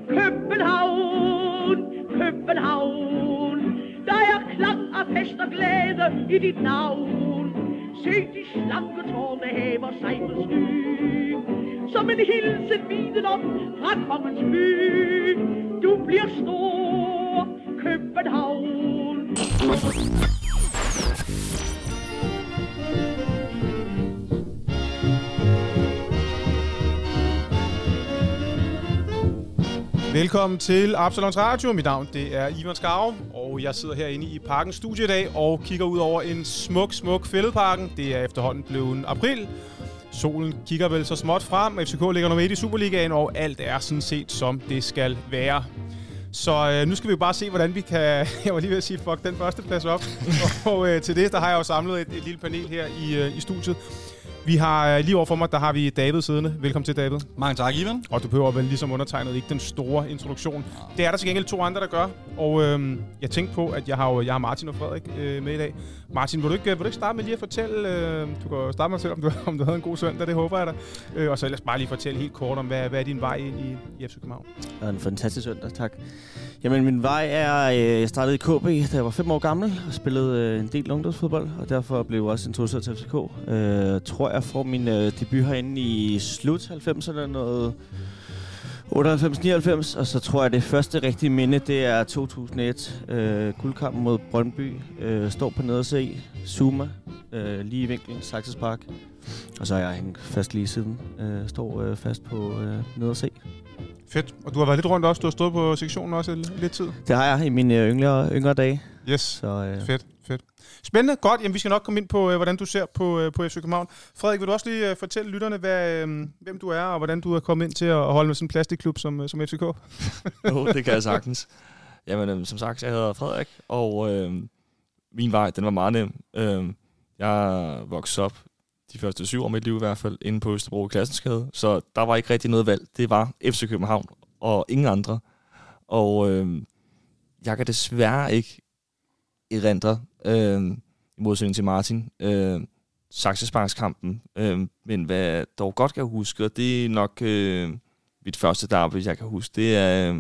København, København, der er klang af fest og glæde i dit navn. Se de slanke tårne hæver sig på sky, som en hilsen viden om fra kongens by. Du bliver stor, København. Velkommen til Absalons Radio. Mit navn det er Ivan Skarv, og jeg sidder herinde i Parkens studie i dag og kigger ud over en smuk Fælledparken. Det er efterhånden blevet april. Solen kigger vel så småt frem. FCK ligger nummer 1 i Superligaen, og alt er sådan set, som det skal være. Så nu skal vi jo bare se, hvordan vi kan... Jeg var lige ved at sige, fuck den første plads op. Og til det, der har jeg jo samlet et lille panel her i studiet. Vi har lige overfor mig, der har vi David siddende. Velkommen til, David. Mange tak, Ivan. Og du behøver vel ligesom undertegnet ikke den store introduktion. Det er der til gengæld 2 andre, der gør. Og jeg tænkte på, at jeg har Martin og Frederik med i dag. Martin, vil du ikke starte med lige at fortælle... du kan starte med selv, om du havde en god søndag, det håber jeg da. Og så ellers bare lige fortælle helt kort om, hvad er din vej ind i FC København? Det er en fantastisk søndag, tak. Jamen, min vej er... Jeg startede i KB, da jeg var 5 år gammel, og spillede en del ungdomsfodbold, og derfor blev jeg også introduceret til FCK. Tror jeg får min debut herinde i slut 90'erne, noget 98-99, og så tror jeg, det første rigtige minde, det er 2001. Guldkampen mod Brøndby, står på nederse, Zuma, lige i vinklen, Saxes Park. Og så er jeg hængt fast lige siden, står fast på nederse. Fedt. Og du har været lidt rundt også. Du har stået på sektionen også lidt tid. Det har jeg i mine yngre dage. Yes. Så, fedt. Spændende. Godt. Jamen, vi skal nok komme ind på, hvordan du ser på FC København. Frederik, vil du også lige fortælle lytterne, hvem du er, og hvordan du er kommet ind til at holde med sådan en plastikklub som FCK? Det kan jeg sagtens. Jamen, som sagt, jeg hedder Frederik, og min vej, den var meget nem. Jeg voksede op de første 7 år af mit liv i hvert fald, inde på Østerbro i Klassensgade. Så der var ikke rigtig noget valg. Det var FC København og ingen andre. Og jeg kan desværre ikke erindre, i modsætning til Martin, Saxesparkskampen. Men hvad jeg dog godt kan huske, og det er nok mit første derby, jeg kan huske, det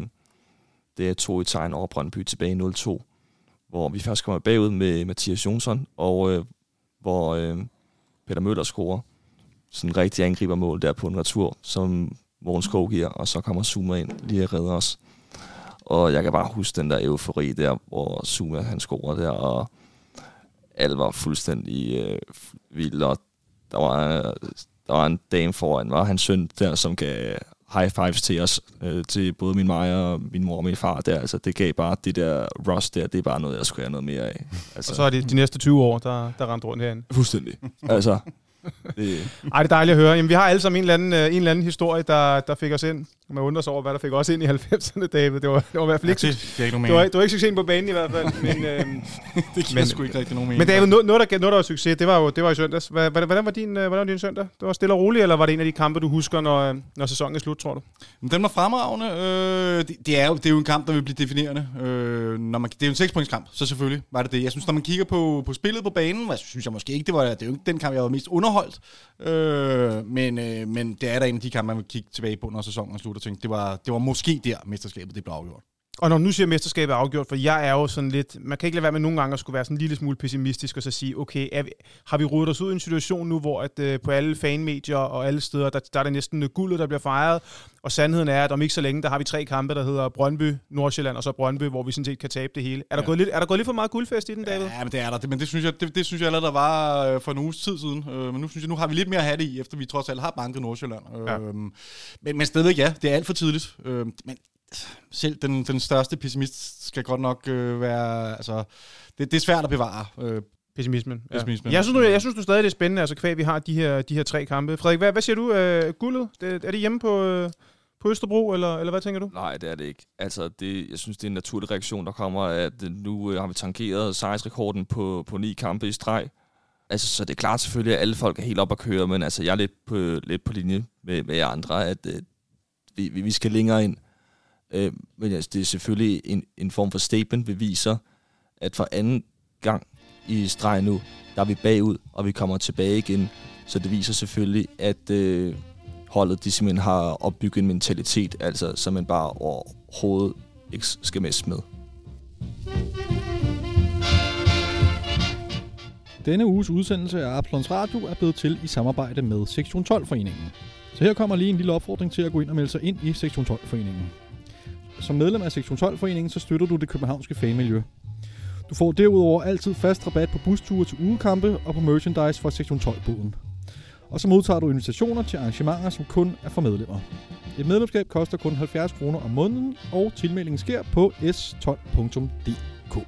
er 2 i tegn over Brøndby tilbage i 02, hvor vi først kommer bagud med Mathias Jonsson, og hvor Peter Møller scorer sådan en rigtig angribermål der på en retur, som Mogens Skov giver, og så kommer Zuma ind lige at redde os. Og jeg kan bare huske den der eufori der, hvor Zuma han scorer der, og alt var fuldstændig vildt, og der var en dame foran, var hans søn der, som gav high fives til os, til både min mor og min mor og min far der. Altså, det gav bare det der rush der, det er bare noget, jeg skulle have noget mere af. Altså. Og så er det de næste 20 år, der rendte rundt herinde. Fuldstændig. Altså. Det er dejligt at høre. Jamen, vi har alle sammen en eller anden historie, der fik os ind. Man undrer sig over, hvad der fik os ind i 90'erne, David. Det var i hvert fald ikke det var ikke succesen på banen i hvert fald. Men, det giver sgu ikke rigtig nogen mening. Men David, noget der var succes, det var i søndags. Hvordan var din søndag? Det var stille og roligt, eller var det en af de kampe, du husker, når sæsonen er slut, tror du? Den var fremragende. Det er jo en kamp, der vil blive definerende. Det er jo en 6-pointskamp, så selvfølgelig var det det. Jeg synes, når man kigger på spillet på banen, synes jeg måske ikke, det er jo ikke den kamp, jeg var mest underholdt. Men det er da en af de kampe, man vil kigge tilbage på, når sæsonen er slut og tænke, det var måske der, mesterskabet det blev afgjort. Og når du nu siger, at mesterskabet er afgjort, for jeg er jo sådan lidt... Man kan ikke lade være med nogle gange at skulle være sådan en lille smule pessimistisk og så sige, okay, har vi rodet os ud i en situation nu, hvor at, på alle fanmedier og alle steder, der er det næsten guldet, der bliver fejret. Og sandheden er, at om ikke så længe, der har vi 3 kampe, der hedder Brøndby, Nordsjælland og så Brøndby, hvor vi sådan set kan tabe det hele. Er der gået lidt for meget guldfest i den, David? Ja, men det er der. Men det synes jeg allerede, der var for en uges tid siden. Men nu synes jeg, nu har vi lidt mere at have det i, efter vi trods alt har banket Nordsjælland. Ja. Men stadigvæk ja, det er alt for tidligt. Men selv den største pessimist skal godt nok være... Altså, det er svært at bevare. Pessimismen. Jeg synes du stadig det er spændende, altså kvæg vi har de her 3 kampe. Frederik, hvad siger du? Guldet? Er det hjemme på Østerbro, eller hvad tænker du? Nej, det er det ikke. Altså, jeg synes, det er en naturlig reaktion, der kommer, at nu har vi tankeret sejrsrekorden på 9 kampe i streg. Altså, så det er klart selvfølgelig, at alle folk er helt op at køre, men altså, jeg er lidt på linje med jer andre, at vi skal længere ind. Men altså, det er selvfølgelig en form for statement, vi viser, at for anden gang i streg nu, der er vi bagud, og vi kommer tilbage igen. Så det viser selvfølgelig, at holdet de simpelthen har opbygget en mentalitet, altså som man bare overhovedet ikke skal messe med. Denne uges udsendelse af Absalons Radio er blevet til i samarbejde med Sektion 12-foreningen. Så her kommer lige en lille opfordring til at gå ind og melde sig ind i Sektion 12-foreningen. Som medlem af Sektion 12-foreningen, så støtter du det københavnske fanmiljø. Du får derudover altid fast rabat på busture til udekampe og på merchandise fra Sektion 12-boden. Og så modtager du invitationer til arrangementer, som kun er for medlemmer. Et medlemskab koster kun 70 kroner om måneden, og tilmeldingen sker på s12.dk.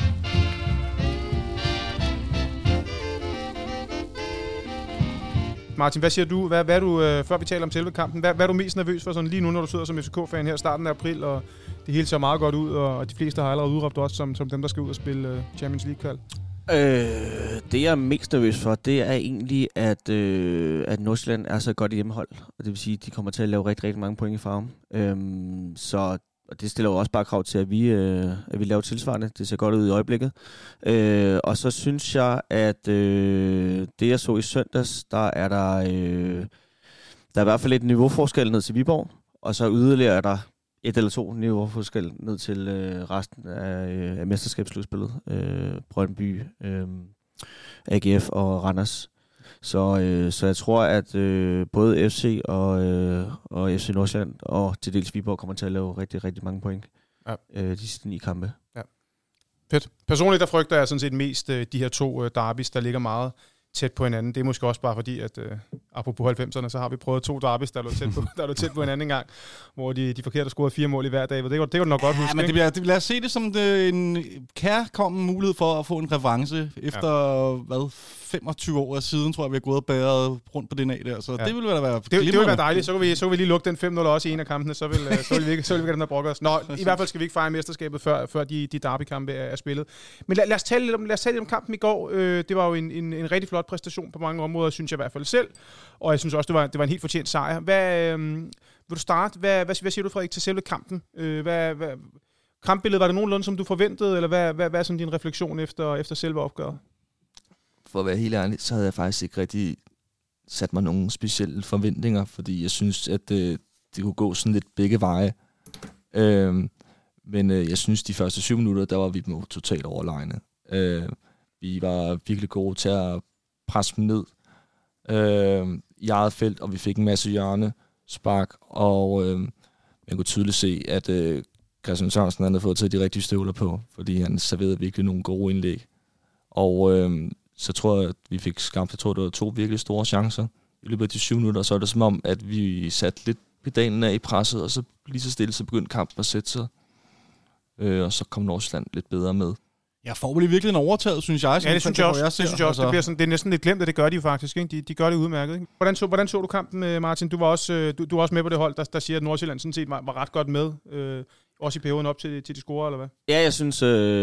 Martin, hvad siger du? Hvad er du, før vi taler om selve kampen, hvad er du mest nervøs for sådan lige nu, når du sidder som FCK-fan her i starten af april, og det hele ser meget godt ud, og de fleste har allerede udråbt også som dem, der skal ud og spille Champions League-kval? Det jeg er mest nervøs for, det er egentlig, at Nordsjælland er så godt i hjemmehold. Og det vil sige, at de kommer til at lave rigtig, rigtig mange point i farven. Og det stiller jo også bare krav til, at vi laver tilsvarende. Det ser godt ud i øjeblikket. Og så synes jeg, at det jeg så i søndags, der er i hvert fald et niveauforskel ned til Viborg. Og så yderligere er der et eller to niveauforskel ned til resten af mesterskabsslutspillet. Brøndby, AGF og Randers. Så jeg tror, at både FC og FC Nordsjælland og til dels Viborg kommer til at lave rigtig, rigtig mange point de sidste 9 kampe. Ja. Fedt. Personligt der frygter jeg sådan set mest de her 2 derbys, der ligger meget tæt på hinanden. Det er måske også bare fordi, at apropos 90'erne, så har vi prøvet 2 derbys, der lå tæt på hinanden en gang, hvor de forkerte scorede 4 mål i hver dag. Det kan du nok godt huske. Men lad os se det som en kærkommen mulighed for at få en revanche efter, 25 år siden, tror jeg, vi har gået og bæret rundt på den af der. Så det ville være det ville være dejligt. Så kan vi lige lukke den 5-0 også i en af kampene, så vil vi ikke have den der brokke os. Nå, i hvert fald skal vi ikke fejre mesterskabet, før de derbykampe er spillet. Men lad os tale lidt om kampen i går. Det var jo en rigtig flot præstation på mange områder, synes jeg i hvert fald selv. Og jeg synes også, det var en helt fortjent sejr. Vil du starte? Hvad siger du, Frederik, til selve kampen? Kampbilledet, var det nogenlunde, som du forventede, eller hvad er sådan din refleksion efter selve opgøret? For at være helt ærlig, så havde jeg faktisk ikke rigtig sat mig nogle specielle forventninger, fordi jeg synes, at det kunne gå sådan lidt begge veje. Men jeg synes, de første 7 minutter, der var vi totalt overlegne. Vi var virkelig gode til at presse dem ned i eget felt, og vi fik en masse hjørnespark, og man kunne tydeligt se, at Christian Sørensen havde fået taget de rigtige støvler på, fordi han serverede virkelig nogle gode indlæg. Og så tror jeg, at vi fik skabt, jeg tror, det var 2 virkelig store chancer i løbet af de 7 minutter, og så er det som om, at vi satte lidt pedalen af i presset, og så lige så stille, så begyndte kampen at sætte sig. Og så kom Nordsjælland lidt bedre med. Ja, får virkelig en overtaget, synes jeg. Ja, det synes jeg også. Det bliver sådan, det er næsten lidt glemt, at det gør de jo faktisk. Ikke? De gør det udmærket. Ikke? Hvordan så du kampen, Martin? Du var også med på det hold, der siger, at Nordsjælland sådan set var ret godt med. Også i perioden op til de scorer, eller hvad? Ja, jeg synes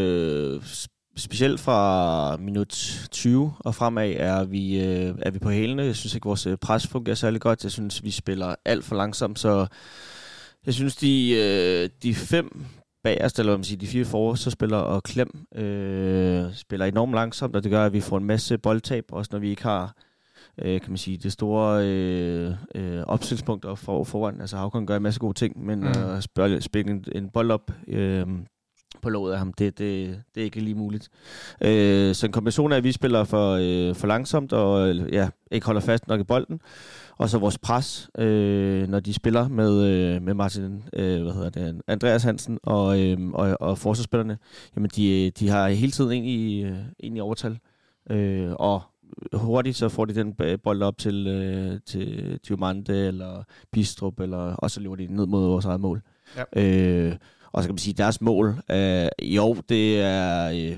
specielt fra minut 20 og fremad er vi på hælene. Jeg synes ikke, vores pres fungerer særlig godt. Jeg synes, vi spiller alt for langsomt, så jeg synes, de 5 bagerst, eller hvad man siger, de 4 forsvarsspillere og Klem spiller enormt langsomt, og det gør, at vi får en masse boldtab, også når vi ikke har kan man sige, det store opstillingspunkt foran. Altså Havkon gør en masse gode ting, men spille en bold op på låget af ham, det er ikke lige muligt. Så en kombination af, at vi spiller for langsomt, og ikke holder fast nok i bolden, og så vores pres, når de spiller med Martin, Andreas Hansen og forsvarsspillerne, jamen de har hele tiden en i overtal, og hurtigt så får de den bold op til Diomande eller Bistrup, og så løber de ned mod vores eget mål. Ja. Og så kan man sige, at deres mål, det er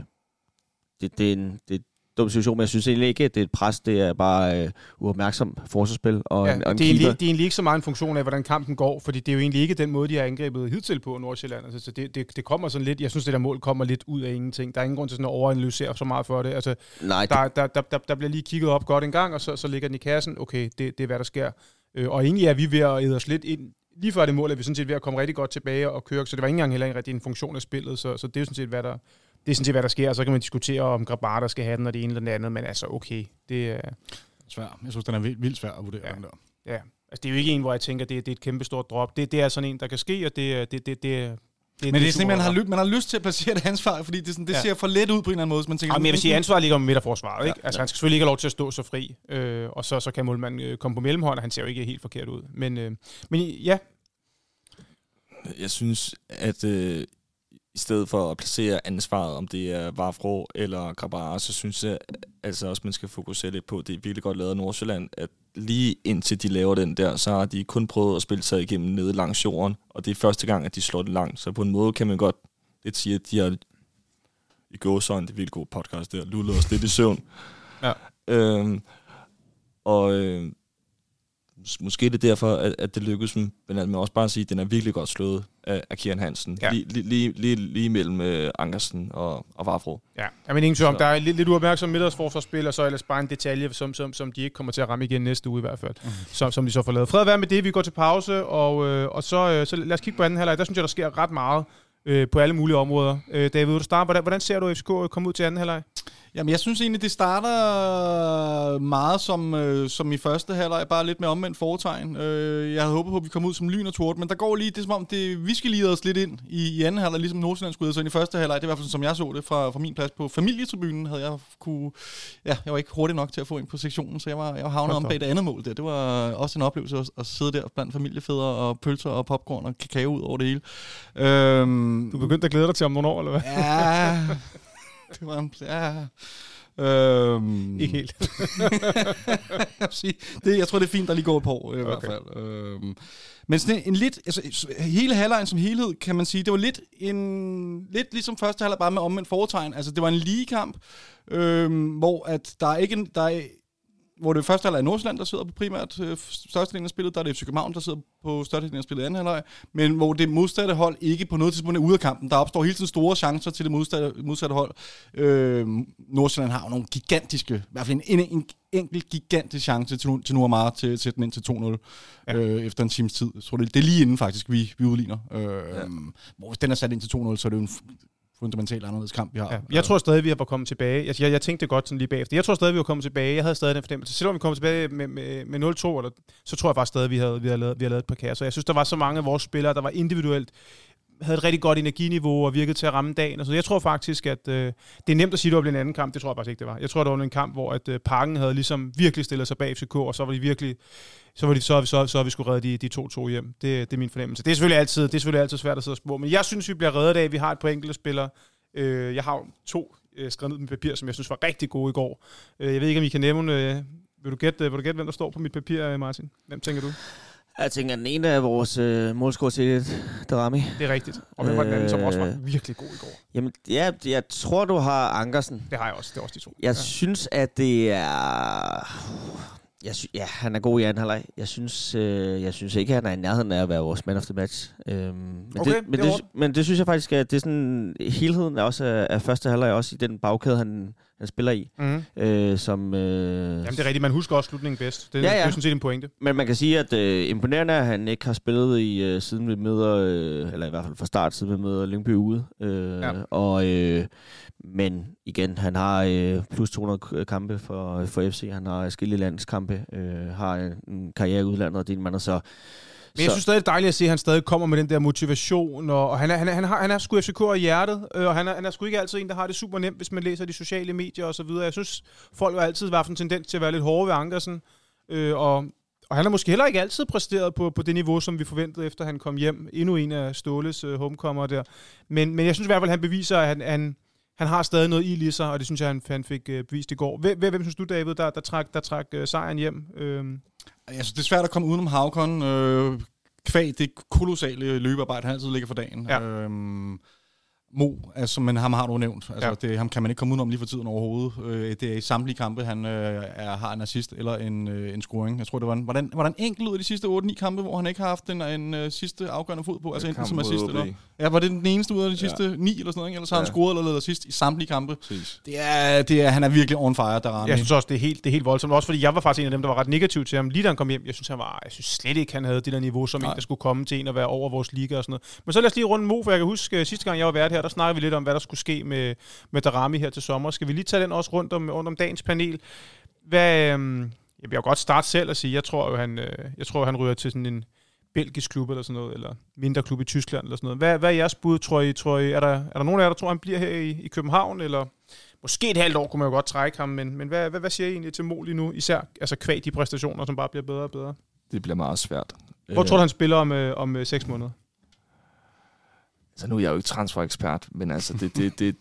en dum situation, men jeg synes egentlig ikke, at det er et pres, det er bare uopmærksom forsvarsspil. Og en det er egentlig ikke så meget en funktion af, hvordan kampen går, fordi det er jo egentlig ikke den måde, de har angrebet hidtil på Nordsjælland. Altså, så det kommer sådan lidt, jeg synes, det der mål kommer lidt ud af ingenting. Der er ingen grund til sådan at overanalysere så meget for det. Altså, der bliver lige kigget op godt en gang, og så ligger den i kassen. Okay, det er hvad der sker. Og egentlig er vi ved at æde os lidt ind. Lige før det mål er vi sådan set ved at komme rigtig godt tilbage og køre, så det var ikke engang heller ikke rigtig en funktion af spillet, så det er jo sådan set, hvad der sker, og så kan man diskutere, om Grabara skal have den, og det ene eller det andet, men altså okay, det er svær. Jeg synes, den er vildt svær at vurdere. Ja. Den der. Ja, Altså, det er jo ikke en, hvor jeg tænker, det er et kæmpe stort drop. Det er sådan en, der kan ske, og det er men det er sådan, man har lyst til at placere det ansvar, fordi det, sådan, det ser for let ud på en eller anden måde. Man tænker, men jeg vil sige, ansvaret ligger med midterforsvaret, ikke? Altså, han skal selvfølgelig ikke have lov til at stå så fri, og så kan målmanden komme på mellemhånd, og han ser jo ikke helt forkert ud. Men ja. Jeg synes, at i stedet for at placere ansvaret, om det er Vavro eller Grabara, så synes jeg altså også, man skal fokusere lidt på, det er virkelig godt lavet af Nordsjælland, at lige indtil de laver den der, så har de kun prøvet at spille sig igennem nede langs jorden, og det er første gang, at de slår det langt. Så på en måde kan man godt lidt sige, at de har i gåsøjne, det er virkelig god podcast der, lullet os lidt i søvn. Ja. Måske det er derfor, at det lykkedes dem, men at man også bare sige, at den er virkelig godt slået af Kieran Hansen. Ja. Lige mellem Ankersen og Vavro. Ja, men ingen tvivl om, der er lidt uopmærksom midterforsvarsspil, og så ellers bare en detalje, som de ikke kommer til at ramme igen næste uge i hvert fald, som de så får lavet. Fred være med det, vi går til pause, og så lad os kigge på anden halvleg. Der synes jeg, der sker ret meget på alle mulige områder. David, du starter. Hvordan ser du FCK komme ud til anden halvleg? Jamen, jeg synes egentlig, det starter meget som i første halvleg, bare lidt med omvendt foretegn. Jeg havde håbet på, at vi kom ud som lyn og torden, men der går lige, det er som om, vi skal lige os lidt ind i anden halvleg, ligesom Nordsjælland skulle så ind i første halvleg. Det er i hvert fald, som jeg så det fra min plads på familietribunen, havde jeg jeg var ikke hurtig nok til at få ind på sektionen, så jeg havnet om bag det andet mål der. Det var også en oplevelse at sidde der blandt familiefædre og pølser og popcorn og kakao ud over det hele. Du begyndte at glæde dig til om nogle år, eller hvad? Ja... Det var ikke helt. Jeg tror, det er fint, der lige går et par år i hvert fald. Men sådan en lidt, altså hele halvlejen som helhed, kan man sige, det var lidt ligesom første halvleg, bare med omvendt foretegn. Altså det var en ligekamp, hvor at hvor det første halvleg er Nordsjælland, der sidder på primært størstedelen af spillet, der er det FC København, der sidder på størstedelen af spillet anden halvleg, men hvor det modsatte hold ikke på noget tidspunkt er ude af kampen. Der opstår hele tiden store chancer til det modsatte hold. Nordsjælland har jo nogle gigantiske, i hvert fald en enkelt gigantisk chance til Noah Mar til at sætte den ind til 2-0 efter en times tid. Så det er lige inden faktisk, vi udligner. Hvor hvis den er sat ind til 2-0, så er det jo en fundamentalt anderledes kamp, vi har. Ja, jeg tror stadig, vi har kommet tilbage. Jeg tænkte det godt sådan lige bagefter. Jeg tror stadig, vi var kommet tilbage. Jeg havde stadig den fornemmelse. Selvom vi kom tilbage med 0-2, så tror jeg faktisk stadig, vi har lavet et par kasser. Jeg synes, der var så mange af vores spillere, der var individuelt, havde et rigtig godt energiniveau og virkede til at ramme dagen. Så jeg tror faktisk, at det er nemt at sige, at det var en anden kamp. Det tror jeg faktisk ikke, det var. Jeg tror, det var en kamp, hvor at Parken havde ligesom virkelig stillet sig bag FCK, og så var de virkelig... Så har vi skulle redde de 2-2 hjem. Det er min fornemmelse. Det er selvfølgelig altid svært at sidde og spå, men jeg synes, vi bliver reddet af, vi har et par enkelte spillere. Jeg har 2 skrevet ned på mit papir, som jeg synes var rigtig gode i går. Jeg ved ikke, om I kan nævne... Vil du gætte, hvem der står på mit papir, Martin? Hvem tænker du? Jeg tænker, den ene af vores målscorer til Darami. Det er rigtigt. Og hvem var den anden, som også var virkelig god i går? Jamen, ja, jeg tror, du har Ankersen. Det har jeg også. Det er også de 2. Jeg synes, at det er... han er god i anden halvleg. Jeg synes ikke, at han er i nærheden af at være vores man of the match. Men det synes jeg faktisk, at det er sådan... Helheden er også af første halvleg, også i den bagkæde, han spiller i. Jamen, det er rigtigt. Man husker også slutningen bedst. Det er sådan set en pointe. Men man kan sige, at imponerende er, at han ikke har spillet i siden vi møder... eller i hvert fald fra start, siden vi møder Lyngby ude. Men igen, han har plus 200 kampe for FC. Han har skille landskampe. Har en karriere i udlandet, og det er en mand, så... Men jeg synes stadig, det er dejligt at se, at han stadig kommer med den der motivation, og han er sgu FCK'er i hjertet, og han er sgu ikke altid en, der har det super nemt, hvis man læser de sociale medier og så videre. Jeg synes, folk har altid været en tendens til at være lidt hårde ved Ankersen, og han har måske heller ikke altid præsteret på det niveau, som vi forventede, efter han kom hjem. Endnu en af Ståles homecomer der. Men jeg synes i hvert fald, han beviser, at han har stadig noget i sig, og det synes jeg, han fik bevist i går. Hvem synes du, David, der trak sejren hjem? Jeg synes, det er svært at komme udenom Havkon. Kvæg det kolossale løbearbejde, han altid ligger for dagen. Ja. Mo, altså, men ham har du nævnt. Altså, ham kan man ikke komme udenom lige for tiden overhovedet. Det er i samtlige kampe, han har en assist eller en scoring. Jeg tror, det var en enkelt ud af de sidste 8-9 kampe, hvor han ikke har haft en sidste afgørende fod på. Altså enten som assist eller... Ja, var det den eneste ud af de sidste 9 eller sådan noget, eller så har han scoret eller lavet assist i samtlige kampe. Han er virkelig on fire, Darami. Jeg synes også, det er helt voldsomt. Også fordi jeg var faktisk en af dem, der var ret negativ til ham. Lige da han kom hjem, jeg synes slet ikke, han havde det der niveau, som en, der skulle komme til en og være over vores liga og sådan noget. Men så lad os lige runde Mo, for jeg kan huske, sidste gang jeg var vært her, der snakkede vi lidt om, hvad der skulle ske med Darami her til sommer. Skal vi lige tage den også rundt om dagens panel? Jeg vil godt starte selv og sige, jeg tror, han ryger til sådan en belgisk klub eller sådan noget, eller mindre klub i Tyskland eller sådan noget. Hvad er jeres bud, tror I? Er der nogen af jer, der tror, han bliver her i København, eller måske et halvt år kunne man jo godt trække ham, men hvad siger I egentlig til mål lige nu, især altså kvad de præstationer, som bare bliver bedre og bedre? Det bliver meget svært. Hvor tror du, han spiller om 6 måneder? Så nu er jeg jo ikke transferekspert, men altså det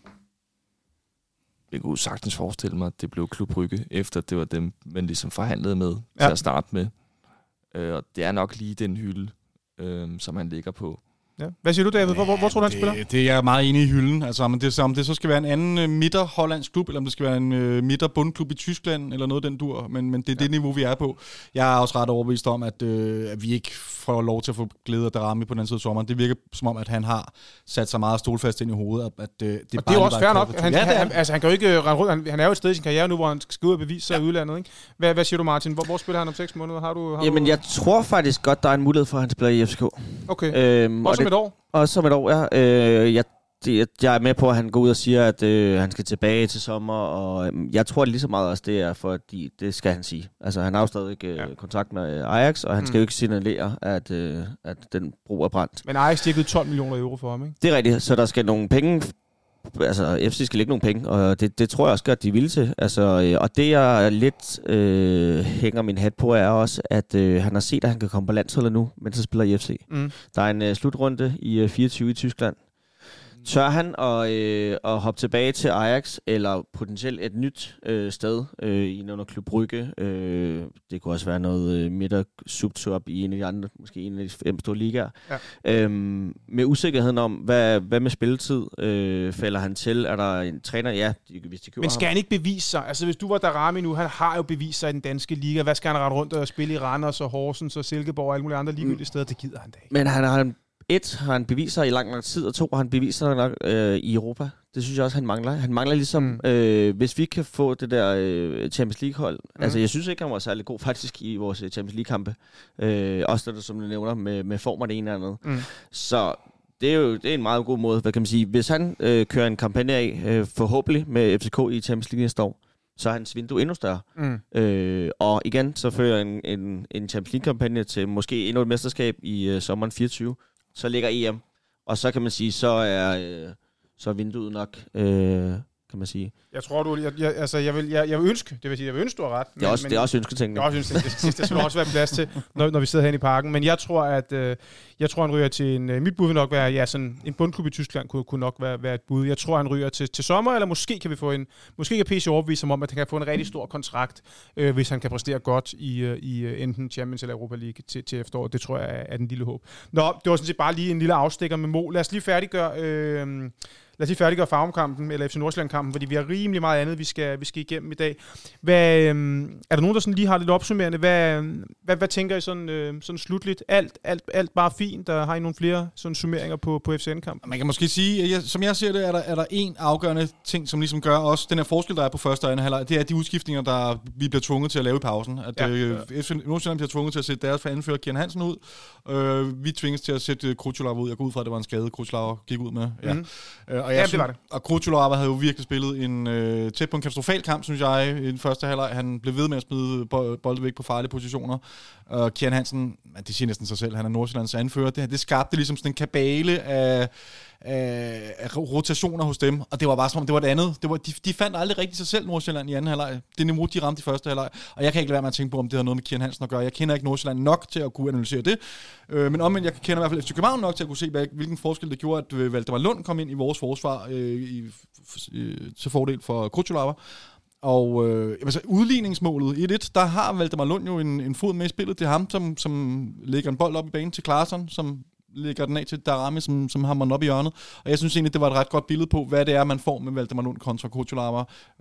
jeg kunne sagtens forestille mig, at det blev Klub Brygge, efter det var dem, man ligesom forhandlede med til at starte med. Og det er nok lige den hylde, som han ligger på. Ja. Hvad siger du, David? Hvor tror du, han spiller? Det er jeg meget enig i hylden. Altså, om det så skal være en anden midter-hollandsk klub, eller om det skal være en midter-bundklub i Tyskland, eller noget den dur. Men det er det niveau, vi er på. Jeg er også ret overbevist om, at vi ikke får lov til at få glæde af Darami på den anden side af sommeren. Det virker som om, at han har sat sig meget stolfast ind i hovedet. At det og det er jo også fair nok. Han kan jo ikke rende rundt. Han er jo et sted i sin karriere nu, hvor han skal ud og bevise sig i udlandet. Ikke? Hvad siger du, Martin? Hvor spiller han om 6 måneder? Har jeg tror faktisk godt, der er en mulighed for, at han spiller i FCK. Okay. Også om et år? Også om et år, ja. Jeg er med på, at han går ud og siger, at han skal tilbage til sommer, og jeg tror lige så meget også, det er, fordi det skal han sige. Altså, han har jo stadig kontakt med Ajax, og han skal jo ikke signalere, at den bro er brændt. Men Ajax stikkede 12 millioner euro for ham, ikke? Det er rigtigt, så der skal nogle penge. Altså, FC skal lægge nogle penge, og det tror jeg også godt, de vil til. Altså, og det, jeg lidt hænger min hat på, er også, at han har set, at han kan komme på landsholdet nu, mens han spiller i FC. Der er en slutrunde i 24 i Tyskland. Tør han at hoppe tilbage til Ajax, eller potentielt et nyt sted i under Klub Brygge? Det kunne også være noget midter-subtop i en af de andre, måske en af de 5 store ligaer. Ja. Med usikkerheden om, hvad med spilletid falder han til? Er der en træner? Ja, hvis de køber. Men skal han ikke bevise sig? Altså, hvis du var Darami nu, han har jo bevist sig i den danske liga. Hvad skal han rette rundt og spille i Randers og Horsens og Silkeborg og alle mulige andre ligegyldige steder? Det gider han da ikke. Men han har har han beviser sig i lang tid, og 2 har han beviser sig nok i Europa. Det synes jeg også, han mangler. Han mangler ligesom, hvis vi kan få det der Champions League-hold. Altså, jeg synes ikke, han var særlig god faktisk i vores Champions League-kampe. Også det, som du nævner, med form og det ene eller andet. Så det er en meget god måde, hvad kan man sige. Hvis han kører en kampagne af, forhåbentlig med FCK i Champions League næste år, så er hans vindue endnu større. Og igen, så fører en Champions League-kampagne til måske endnu et mesterskab i sommeren 24. Så ligger EM, og så kan man sige, så er vinduet nok, kan man sige. Jeg tror jeg vil ønske, det vil sige, jeg vil ønske, du har ret. Det er også ønsketænkning. Det er også ønsketænkning. Det skal også være plads til, når vi sidder herinde i parken. Men jeg tror, han ryger til mit bud vil nok være, sådan en bundklub i Tyskland kunne nok være et bud. Jeg tror, han ryger til sommer, eller måske kan vi få måske kan PC overbevise ham om, at han kan få en rigtig stor kontrakt, hvis han kan præstere godt i enten Champions eller Europa League til efteråret. Det tror jeg er den lille håb. Nå, det var sådan set bare lige en lille afstikker med mål. Lad os lige færdiggøre Farum-kampen, eller FC Nordsjælland-kampen, fordi vi har rimelig meget andet, vi skal igennem i dag. Er der nogen, der sådan lige har lidt opsummerende? Hvad tænker I sådan slutligt? Alt bare fint? Har I nogle flere sådan summeringer på FCN-kampen? Man kan måske sige, som jeg ser det, er der en afgørende ting, som ligesom gør også den her forskel, der er på første og anden halvleg. Det er de udskiftninger, der vi bliver tvunget til at lave i pausen. At FC Nordsjælland bliver tvunget til at sætte deres anfører Kian Hansen ud. Vi tvinges til at sætte Krutulava ud. Jeg går ud fra, at det var en skade, Krutulava gik ud med. Ja. Det var det. Og Krutulava havde jo virkelig spillet en tæt på en katastrofal kamp, synes jeg, i den første halvleg. Han blev ved med at smide bolde væk på farlige positioner. Og Kian Hansen, det siger næsten sig selv, han er Nordsjællands anfører. Det skabte ligesom sådan en kabale af rotationer hos dem, og det var bare som om, det var det andet. De fandt aldrig rigtig sig selv, Nordsjælland, i anden halvleg. Det niveau, de ramte i første halvleg, og jeg kan ikke lade være med at tænke på, om det har noget med Kian Hansen at gøre. Jeg kender ikke Nordsjælland nok til at kunne analysere det, men omvendt, jeg kender i hvert fald FC København nok til at kunne se, hvilken forskel det gjorde, at Valdemar Lund kom ind i vores forsvar til fordel for Krutulava. Og udligningsmålet 1-1, der har Valdemar Lund jo en fod med i spillet. Det er ham, som lægger en bold op i banen til Klaarsson, som lægger den af til Darami, som hammer den op i hjørnet. Og jeg synes egentlig, det var et ret godt billede på, hvad det er, man får med Valdemar Lund kontra Krutulava.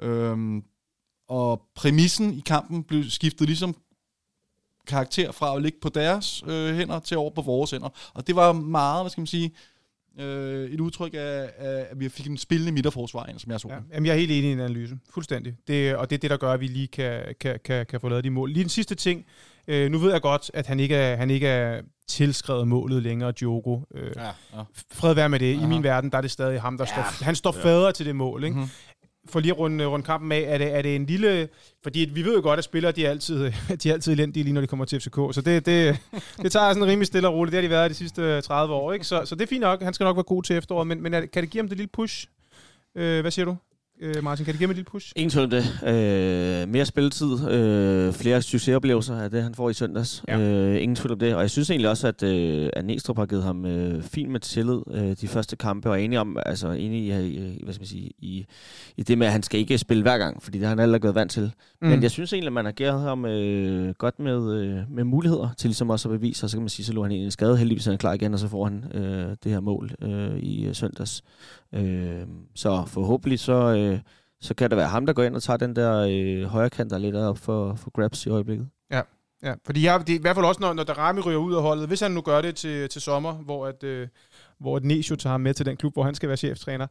Og præmissen i kampen blev skiftet ligesom karakter fra at ligge på deres hænder til over på vores hænder. Og det var meget, hvad skal man sige, et udtryk af, at vi fik en spillende midterforsvar ind, som jeg så. Ja, jamen, jeg er helt enig i en analyse. Fuldstændig. Og det er det, der gør, at vi lige kan få lavet de mål. Lige den sidste ting. Nu ved jeg godt, at han ikke er tilskrevet målet længere, Diogo. Fred være med det. I min verden, der er det stadig ham, der står fader til det mål. Ikke? for lige at runde kampen af, er det en lille... Fordi vi ved jo godt, at spillere, de er altid elendige, lige når de kommer til FCK. Så det tager sådan rimelig stille og roligt. Det har de været de sidste 30 år, ikke? Så det er fint nok. Han skal nok være god til efteråret. Men kan det give ham det lille push? Hvad siger du, Martin? Kan det give ham et lille push? Ingen tvivl om det. Mere spilletid, flere succesoplevelser af det, han får i søndags. Ja. Ingen tvivl om det. Og jeg synes egentlig også, at Næstrup har givet ham fint med tillid de første kampe, og er enig om, altså enig i, hvad skal man sige, i det med, at han skal ikke spille hver gang, fordi det har han allerede gået vant til. Men jeg synes egentlig, at man har givet ham godt med muligheder til ligesom også at bevise, og så kan man sige, så lå han egentlig skade, heldigvis er han klar igen, og så får han det her mål i søndags. Så forhåbentlig så kan det være ham, der går ind og tager den der højre kant, der er lidt op for grabs i øjeblikket. Ja, fordi det er i hvert fald også, når Darami ryger ud af holdet, hvis han nu gør det til sommer, hvor Nesio tager ham med til den klub, hvor han skal være cheftræner,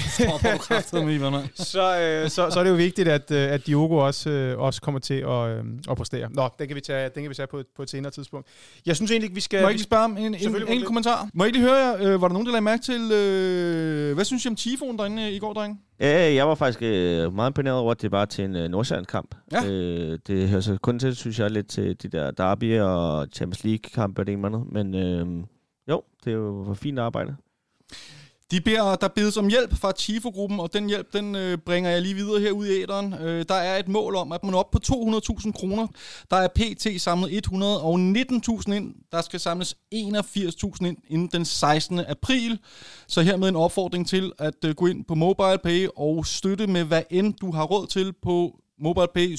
så er det jo vigtigt, at Diogo også kommer til at præstere. Nå, den kan vi tage på et senere tidspunkt. Jeg synes egentlig ikke, vi skal... Må jeg ikke spørge om en kommentar? Må jeg ikke høre jer? Var der nogen, der lagde mærke til... hvad synes I om Tifoen derinde i går, drenge? Ja, jeg var faktisk meget imponeret over, at det var til en Nordsjælland-kamp. Ja. Det hører så kun til, synes jeg, lidt til de der derby og Champions League-kampe og det ene andet. Men jo, det er jo fint arbejde. Der bedes om hjælp fra Tifo-gruppen, og den hjælp, den bringer jeg lige videre herude i æteren. Der er et mål om, at man er oppe på 200.000 kroner. Der er PT samlet 119.000 ind. Der skal samles 81.000 ind inden den 16. april. Så hermed en opfordring til at gå ind på MobilePay og støtte med hvad end du har råd til på MobilePay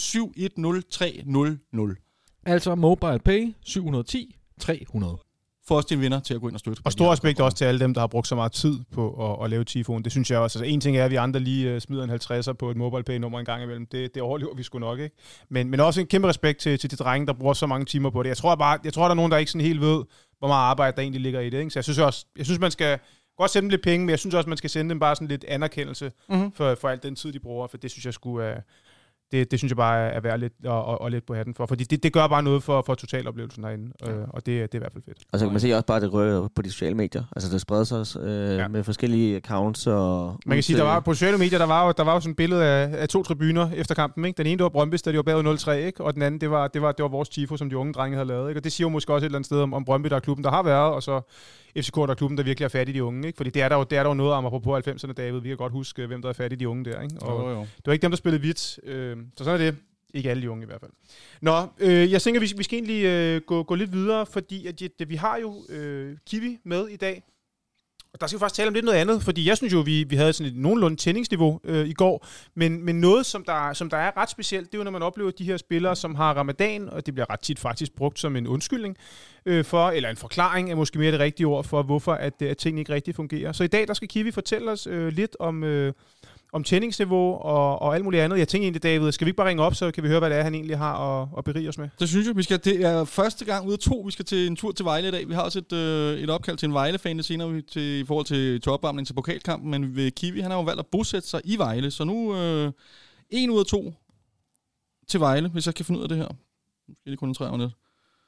710300. Altså MobilePay 710 300. For os til en vinder til at gå ind og støtte. Og stor respekt også til alle dem, der har brugt så meget tid på at lave Tifoen. Det synes jeg også. Altså, en ting er, at vi andre lige smider en 50'er på et MobilePay-nummer en gang imellem. Det overlever vi sgu nok, ikke? Men også en kæmpe respekt til de drenge, der bruger så mange timer på det. Jeg tror, der er nogen, der ikke sådan helt ved, hvor meget arbejde der egentlig ligger i det, ikke? Så jeg synes man skal godt sende dem lidt penge, men jeg synes også, man skal sende dem bare sådan lidt anerkendelse for alt den tid, de bruger. For det synes jeg skulle... Det synes jeg bare er værd lidt og lidt på hatten for, fordi det gør bare noget for totaloplevelsen herinde, og det er i hvert fald fedt. Og så kan man se også bare, at det rører på de sociale medier. Altså det spreder sig med forskellige accounts. Og man kan sige, der var på sociale medier, der var jo sådan et billede af 2 tribuner efter kampen. Ikke? Den ene, det var Brøndby, da de var bagud 0-3, ikke? Og den anden, det var vores tifo, som de unge drenge havde lavet. Ikke? Og det siger jo måske også et eller andet sted om Brøndby, der er klubben, der har været, og så FCK, der er klubben, der virkelig er fat i de unge. Ikke? Fordi det er der jo noget om, apropos 90'erne, David. Vi kan godt huske, hvem der er fat i de unge der. Ikke? Og det var ikke dem, der spillede hvidt. Så sådan er det. Ikke alle de unge i hvert fald. Nå, jeg tænker, vi skal egentlig gå lidt videre, fordi at vi har jo Kiwi med i dag. Og der skal vi faktisk tale om lidt noget andet, fordi jeg synes jo, vi havde sådan et nogenlunde tændingsniveau i går, men noget, som der er ret specielt, det er jo, når man oplever de her spillere, som har ramadan, og det bliver ret tit faktisk brugt som en undskyldning eller en forklaring, er måske mere det rigtige ord for, hvorfor at tingene ikke rigtig fungerer. Så i dag, der skal Kiwi fortælle os lidt om tændingsniveau og alt muligt andet. Jeg tænker egentlig, David, skal vi ikke bare ringe op, så kan vi høre, hvad det er, han egentlig har at berige os med? Det synes jeg. Det er første gang ud af 2, vi skal til en tur til Vejle i dag. Vi har også et opkald til en Vejle-fan senere i forhold til opvarmning til pokalkampen, men ved Kiwi, han har jo valgt at bosætte sig i Vejle, så nu 1 ud af 2 til Vejle, hvis jeg kan finde ud af det her. Nu skal jeg lige koncentrere mig lidt.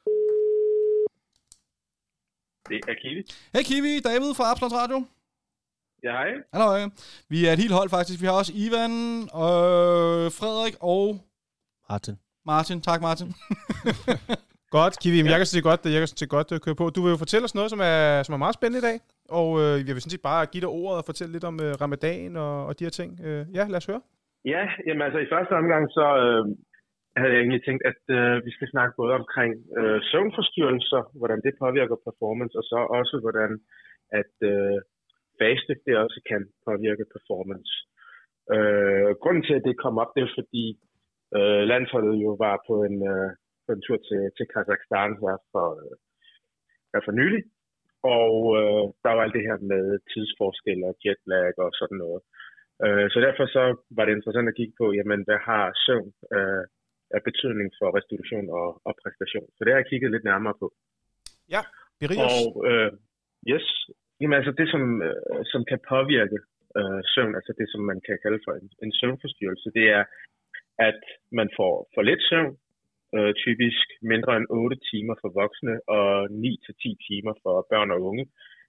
Det er Kiwi. Hej Kiwi, David fra Absalons Radio. Ja, hej. Hallo. Vi er et helt hold faktisk. Vi har også Ivan, Frederik og... Martin. Tak, Martin. Godt, Kiwi. Jeg kan så godt køre på. Du vil jo fortælle os noget, som er meget spændende i dag. Og jeg vil sådan set bare give dig ordet og fortælle lidt om ramadan og de her ting. Ja, lad os høre. Ja, jamen altså i første omgang så havde jeg egentlig tænkt, at vi skal snakke både omkring søvnforstyrrelser, hvordan det påvirker performance, og så også hvordan at... faste, det også kan påvirke performance. Grunden til, at det kom op, det er fordi landsholdet jo var på en tur til Kazakhstan for nylig, og der var alt det her med tidsforskel og jetlag og sådan noget. Så derfor så var det interessant at kigge på, jamen hvad har søvn af betydning for restitution og præstation. Så det har jeg kigget lidt nærmere på. Ja, berig os. Og yes. Jamen altså det, som kan påvirke søvn, altså det, som man kan kalde for en søvnforstyrrelse, det er, at man får for lidt søvn, typisk mindre end 8 timer for voksne og 9-10 timer for børn og unge.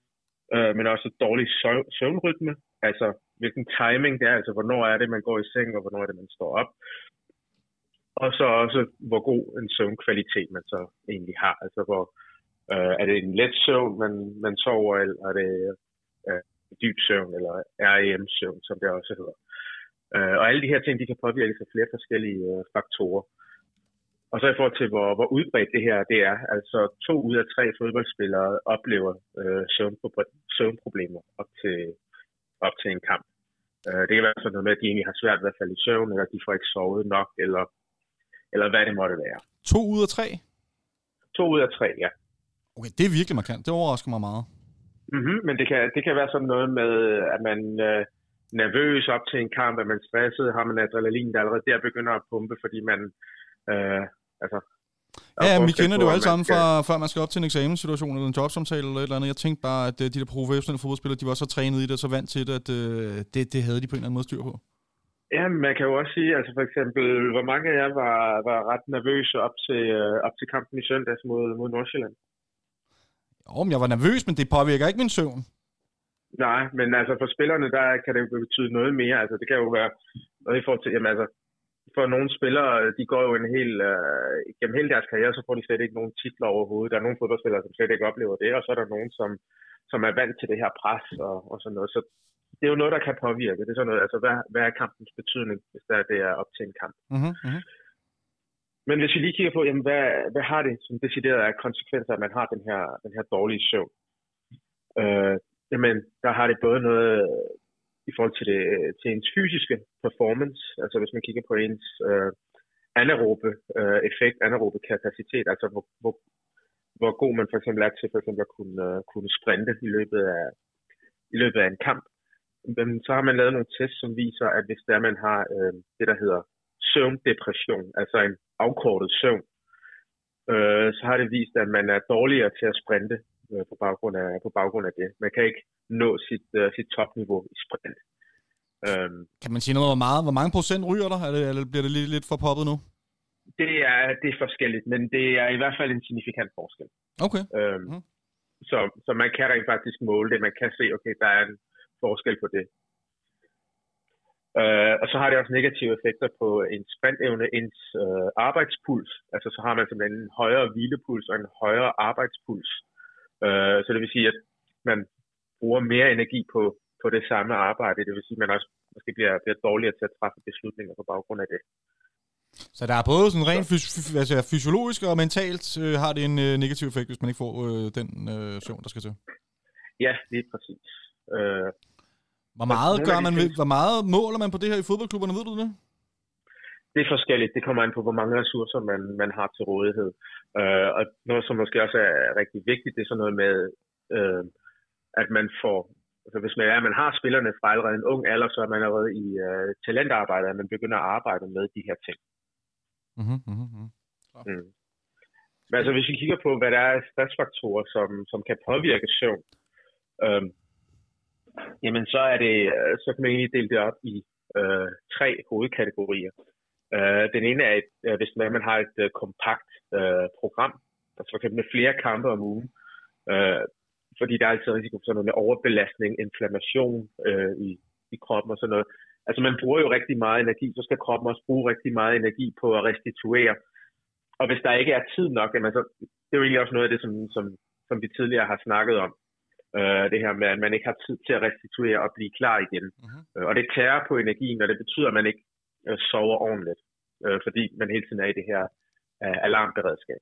men også dårlig søvnrytme, altså hvilken timing det er, altså hvornår er det, man går i seng, og hvornår er det, man står op. Og så også, hvor god en søvnkvalitet man så egentlig har, altså hvor er det en let søvn, man sover, eller er det dyb søvn, eller REM-søvn, som det også hedder. Og alle de her ting, de kan påvirkes af flere forskellige faktorer. Og så i forhold til, hvor udbredt det her det er, altså 2 ud af 3 fodboldspillere oplever søvnproblemer op til en kamp. Det kan være sådan noget med, at de egentlig har svært ved at falde i søvn, eller de får ikke sovet nok, eller hvad det måtte være. 2 ud af 3? 2 ud af 3, ja. Okay, det er virkelig markant. Det overrasker mig meget. Mm-hmm, men det kan være sådan noget med, at man nervøs op til en kamp, at man stresset, har man adrenalin, der allerede der begynder at pumpe, fordi man vi kender det jo alle sammen fra, før man skal op til en eksamenssituation eller en jobsamtale eller et eller andet. Jeg tænkte bare, at de der professionelle fodboldspillere, de var så trænet i det og så vant til det, at det havde de på en eller anden måde styr på. Ja, man kan jo også sige, altså for eksempel, hvor mange af jer var ret nervøse op til kampen i søndags mod Nordsjælland? Jo, men jeg var nervøs, men det påvirker ikke min søvn. Nej, men altså for spillerne, der kan det jo betyde noget mere. Altså det kan jo være noget i forhold til, jamen altså, for nogle spillere, de går jo gennem hele deres karriere, så får de slet ikke nogen titler overhovedet. Der er nogle fodboldspillere, som slet ikke oplever det, og så er der nogen, som er vant til det her pres og sådan noget. Så det er jo noget, der kan påvirke. Det er sådan noget, altså hvad er kampens betydning, hvis det er op til en kamp. Mm-hmm. Men hvis vi lige kigger på, jamen, hvad har det som decideret af konsekvenser, at man har den her dårlige søvn? Jamen, der har det både noget i forhold til ens fysiske performance, altså hvis man kigger på ens anaerobe effekt, anaerobe kapacitet, altså hvor god man for eksempel er til for eksempel at kunne sprinte i løbet af en kamp. Men så har man lavet nogle tests, som viser, at hvis man har det, der hedder søvndepression, altså en afkortet søvn, så har det vist, at man er dårligere til at sprinte på baggrund af det. Man kan ikke nå sit topniveau i sprint. Kan man sige noget om hvor mange procent ryger der, eller bliver det lidt for poppet nu? Det er forskelligt, men det er i hvert fald en signifikant forskel. Okay. Så man kan rent faktisk måle det. Man kan se, okay, der er en forskel på det. Og så har det også negative effekter på ens sprintevne, ens arbejdspuls. Altså så har man simpelthen en højere hvilepuls og en højere arbejdspuls. Så det vil sige, at man bruger mere energi på det samme arbejde. Det vil sige, at man også måske bliver dårligere til at træffe beslutninger på baggrund af det. Så der er både sådan rent fysiologisk og mentalt har det en negativ effekt, hvis man ikke får den søvn, der skal til? Ja, lige præcis. Hvor meget måler man på det her i fodboldklubberne, ved du det? Det er forskelligt. Det kommer an på, hvor mange ressourcer man har til rådighed. Og noget, som måske også er rigtig vigtigt, det er sådan noget med, at man får, altså hvis man har spillerne fra allerede en ung alder, så er man allerede i talentarbejde, at man begynder at arbejde med de her ting. Men altså, hvis vi kigger på, hvad der er stressfaktorer, som kan påvirke søvn, jamen så kan man egentlig dele det op i 3 hovedkategorier. Den ene er, hvis man har et kompakt program, altså for eksempel med flere kampe om ugen, fordi der er altid risiko for sådan noget med overbelastning, inflammation i kroppen og sådan noget. Altså man bruger jo rigtig meget energi, så skal kroppen også bruge rigtig meget energi på at restituere. Og hvis der ikke er tid nok, jamen, så, det er jo egentlig også noget af det, som vi tidligere har snakket om. Det her med, at man ikke har tid til at restituere og blive klar igen. Og det tærer på energien, og det betyder, at man ikke sover ordentligt, fordi man hele tiden er i det her alarmberedskab.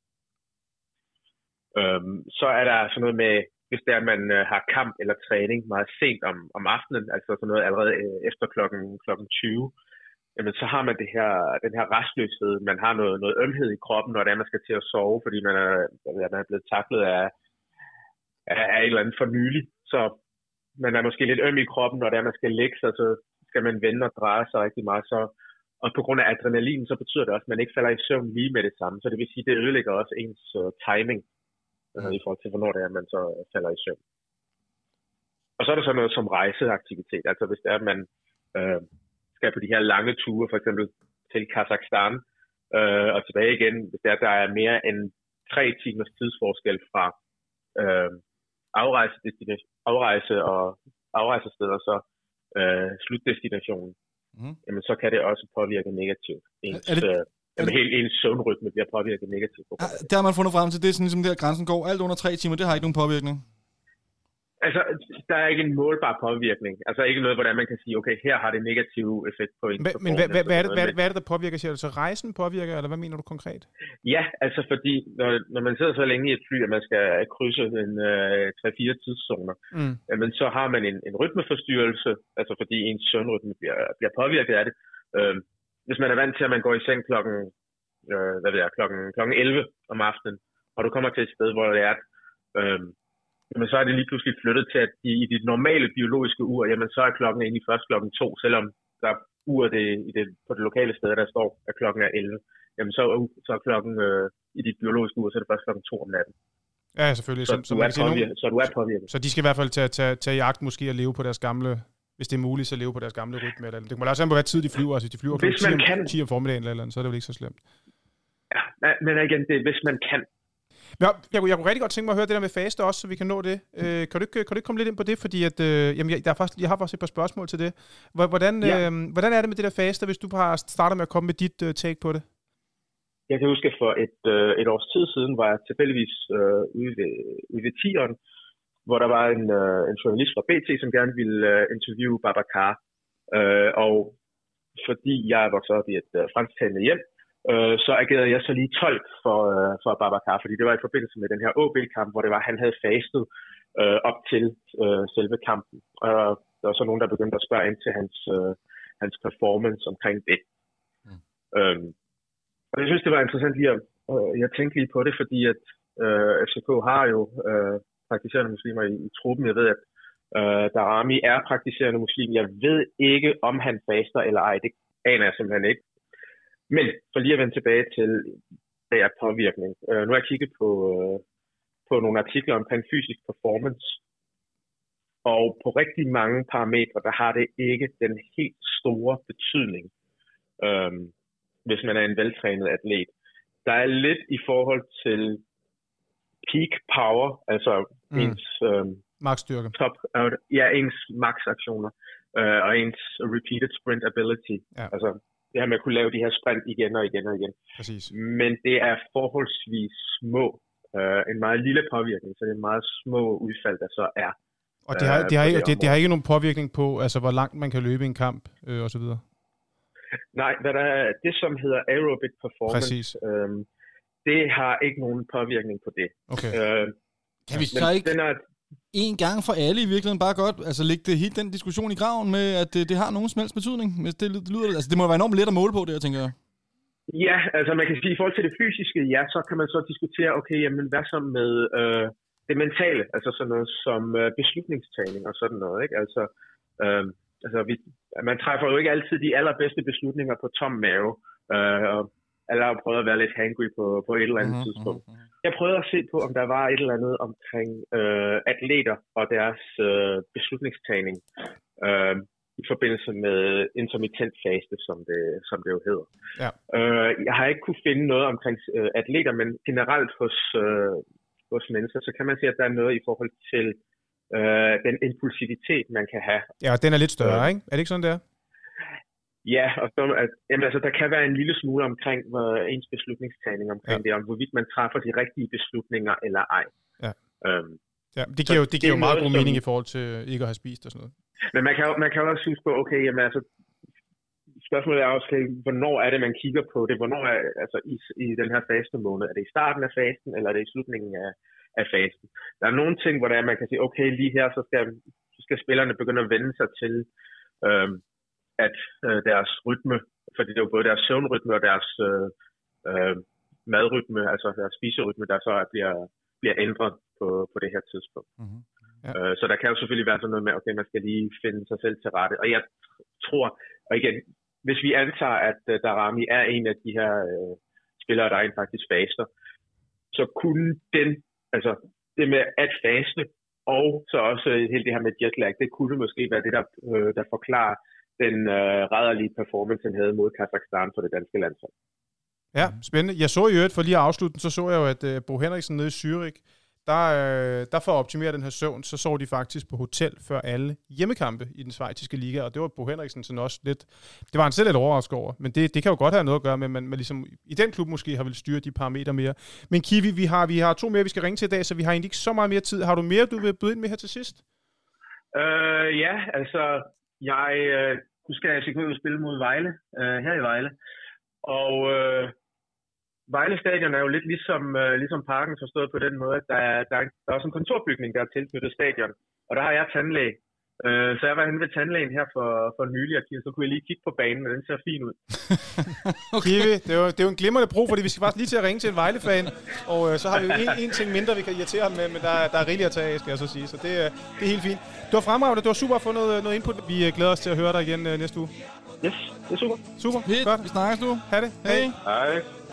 Så er der sådan noget med, hvis det er, at man har kamp eller træning meget sent om aftenen, altså sådan noget allerede efter klokken 20, jamen så har man den her restløshed, man har noget ømhed i kroppen, når det er, man skal til at sove, fordi man er blevet taklet af et eller andet for nylig. Så man er måske lidt øm i kroppen, når det er, man skal lægge sig, så skal man vende og dreje sig rigtig meget. Og på grund af adrenalin, så betyder det også, at man ikke falder i søvn lige med det samme. Så det vil sige, at det ødelægger også ens timing i forhold til, hvornår det er, man så falder i søvn. Og så er der så noget som rejseaktivitet. Altså hvis det er, at man skal på de her lange ture, for eksempel til Kazakhstan og tilbage igen, hvis det er, der er mere end 3 timers tidsforskel fra afrejsesteder, så slutdestinationen, jamen så kan det også påvirke negativt. Ens søvnrytme bliver påvirket negativt. Det har man fundet frem til, det er sådan ligesom der grænsen går. Alt under 3 timer, det har ikke nogen påvirkning. Altså, der er ikke en målbar påvirkning. Altså ikke noget, hvordan man kan sige, okay, her har det negativ effekt på en. Men hvad er det, der påvirker? Siger du så rejsen påvirker, eller hvad mener du konkret? Ja, altså fordi, når man sidder så længe i et fly, at man skal krydse 3-4 tidszoner, men så har man en rytmeforstyrrelse, altså fordi ens søvnrytme bliver påvirket af det. Hvis man er vant til, at man går i seng klokken 11 om aftenen, og du kommer til et sted, hvor det er, men så er det lige pludselig flyttet til, at i dit normale biologiske ur, jamen så er klokken egentlig først klokken 2, selvom der er uret på det lokale sted, der står, at klokken er 11. Jamen så er klokken i dit biologiske ur, så er det først klokken 2 om natten. Ja, selvfølgelig. Så du er påvirket. Så de skal i hvert fald tage i agt måske at leve på deres gamle, hvis det er muligt, så leve på deres gamle rytme. Eller det må da også være på, hvad tid de flyver. Altså, hvis de flyver klokken 10 om formiddagen eller andet, så er det vel ikke så slemt. Ja, men igen, det er, hvis man kan. Ja, jeg kunne rigtig godt tænke mig at høre det der med faste også, så vi kan nå det. Kan du ikke komme lidt ind på det? Fordi at, jeg har faktisk et par spørgsmål til det. Hvordan er det med det der faste, hvis du bare starter med at komme med dit take på det? Jeg kan huske, at for et års tid siden var jeg tilfældigvis ude ved Tieren, hvor der var en journalist fra BT, som gerne ville interviewe Babacar. Og fordi jeg er vokset op i et fransktalende hjem, så agerede jeg så lige tolk for Babacar, fordi det var i forbindelse med den her OB-kamp, hvor det var, han havde fastet op til selve kampen. Og der var så nogen, der begyndte at spørge ind til hans performance omkring det. Og jeg synes, det var interessant lige jeg tænkte lige på det, fordi at FCK har jo praktiserende muslimer i truppen. Jeg ved, at Daramy er praktiserende muslim. Jeg ved ikke, om han faster eller ej. Det aner jeg simpelthen ikke. Men for lige at vende tilbage til det er påvirkning. Nu har jeg kigget på nogle artikler omkring fysisk performance. Og på rigtig mange parametre, der har det ikke den helt store betydning, hvis man er en veltrænet atlet. Der er lidt i forhold til peak power, altså ens maksstyrke. Ens maksaktioner og ens repeated sprint ability. Ja. Altså det her med at kunne lave de her sprint igen og igen og igen. Præcis. Men det er forholdsvis små. En meget lille påvirkning, så det er meget små udfald, der så er. Og det har ikke nogen påvirkning på, altså hvor langt man kan løbe i en kamp og så videre? Nej, det som hedder aerobic performance, det har ikke nogen påvirkning på det. Okay. Kan vi så ikke en gang for alle i virkeligheden bare godt, altså lægge det helt den diskussion i graven med, at det har nogen som helst betydning? Det må være enormt let at måle på det, jeg tænker. Ja, altså man kan sige, i forhold til det fysiske, ja, så kan man så diskutere, okay, jamen hvad så med det mentale, altså sådan noget som beslutningstagning og sådan noget, ikke? Altså man træffer jo ikke altid de allerbedste beslutninger på tom mave, og alle har prøvet at være lidt hangry på et eller andet tidspunkt. Jeg prøvede at se på, om der var et eller andet omkring atleter og deres beslutningstagning i forbindelse med intermittent faste, som det jo hedder. Ja. Jeg har ikke kunne finde noget omkring atleter, men generelt hos mennesker, så kan man sige, at der er noget i forhold til den impulsivitet, man kan have. Ja, og den er lidt større, ikke? Er det ikke sådan, det er? Ja, og så, der kan være en lille smule omkring ens beslutningstagning omkring det, om hvorvidt man træffer de rigtige beslutninger eller ej. Ja, det giver jo meget god mening i forhold til ikke at have spist og sådan noget. Men man kan også synes på, okay, jamen altså, spørgsmålet er også, hvornår er det, man kigger på det? Hvornår er altså i den her faste måned? Er det i starten af fasten, eller er det i slutningen af fasten? Der er nogle ting, hvor man kan sige, okay, lige her, så skal spillerne begynde at vende sig til, at deres rytme, fordi det er jo både deres søvnrytme og deres madrytme, altså deres spiserytme, der så bliver ændret på det her tidspunkt. Mm-hmm. Ja. Så der kan jo selvfølgelig være sådan noget med, okay, man skal lige finde sig selv til rette. Og jeg tror, og igen, hvis vi antager, at Daramy er en af de her spillere, der rent faktisk faster, så kunne det med at faste, og så også hele det her med jetlag, det kunne måske være det, der forklarer den rædderlige performance, han havde mod Kazakhstan på det danske landshold. Ja, spændende. Jeg så i øvrigt, for lige at afslutte den, så jeg jo, at Bo Henriksen nede i Zürich, der for at optimere den her søvn, så sov de faktisk på hotel før alle hjemmekampe i den schweiziske liga, og det var Bo Henriksen sådan også lidt, det var han selv lidt overrasket over, men det kan jo godt have noget at gøre med, at man ligesom i den klub måske har vel styre de parametre mere. Men Kiwi, vi har 2 mere, vi skal ringe til i dag, så vi har egentlig ikke så meget mere tid. Har du mere, du vil byde ind med her til sidst? Ja, altså, nu skal jeg gå ud og spille mod Vejle, her i Vejle, og Vejle Stadion er jo lidt ligesom Parken, forstået på den måde, at der er også en kontorbygning, der er tilknyttet stadion, og der har jeg tandlæge. Så jeg var henne ved tandlægen her for nylig, og så kunne jeg lige kigge på banen, og den ser fin ud. Okay. Kiwi, det er jo en glimrende bro, fordi vi skal faktisk lige til at ringe til en Vejle-fan, og så har vi jo en ting mindre, vi kan irritere ham med, men der er rigeligt at tage af, skal jeg så sige, så det er helt fint. Du har fremragende, det var super at få noget input. Vi glæder os til at høre dig igen næste uge. Yes, det er super. Super, godt. Vi snakkes nu. Ha' det. Hej. Hej.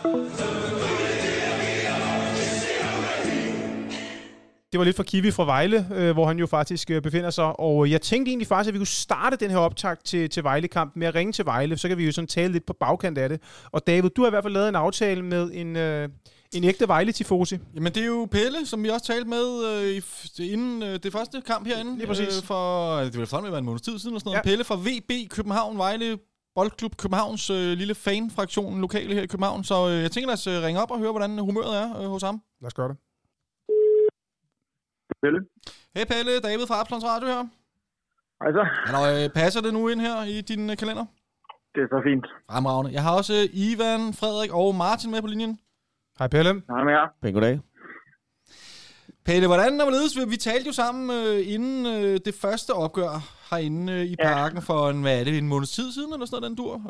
Det var lidt fra Kiwi fra Vejle, hvor han jo faktisk befinder sig, og jeg tænkte egentlig faktisk, at vi kunne starte den her optakt til Vejle-kampen med at ringe til Vejle, så kan vi jo sådan tale lidt på bagkant af det. Og David, du har i hvert fald lavet en aftale med en ægte Vejle-tifosi. Jamen det er jo Pelle, som vi også talte med inden det første kamp herinde. Lige præcis. Det var fandme en måneds tid siden eller sådan noget. Ja. Pelle fra VB København, Vejle Boldklub Københavns lille fanfraktion lokale her i København. Så jeg tænker, lad os ringe op og høre, hvordan humøret er hos ham. Lad os gøre det. Pelle. Hej Pelle, David fra Absalons Radio her. Hej så. Passer det nu ind her i din kalender? Det er så fint. Fremragende. Jeg har også Ivan, Frederik og Martin med på linjen. Hej Pelle. Hej med jer. Pæn goddag. Pelle, hvordan er det? Vi talte jo sammen inden det første opgør herinde i Parken for en måneds tid siden, eller sådan noget, den dur.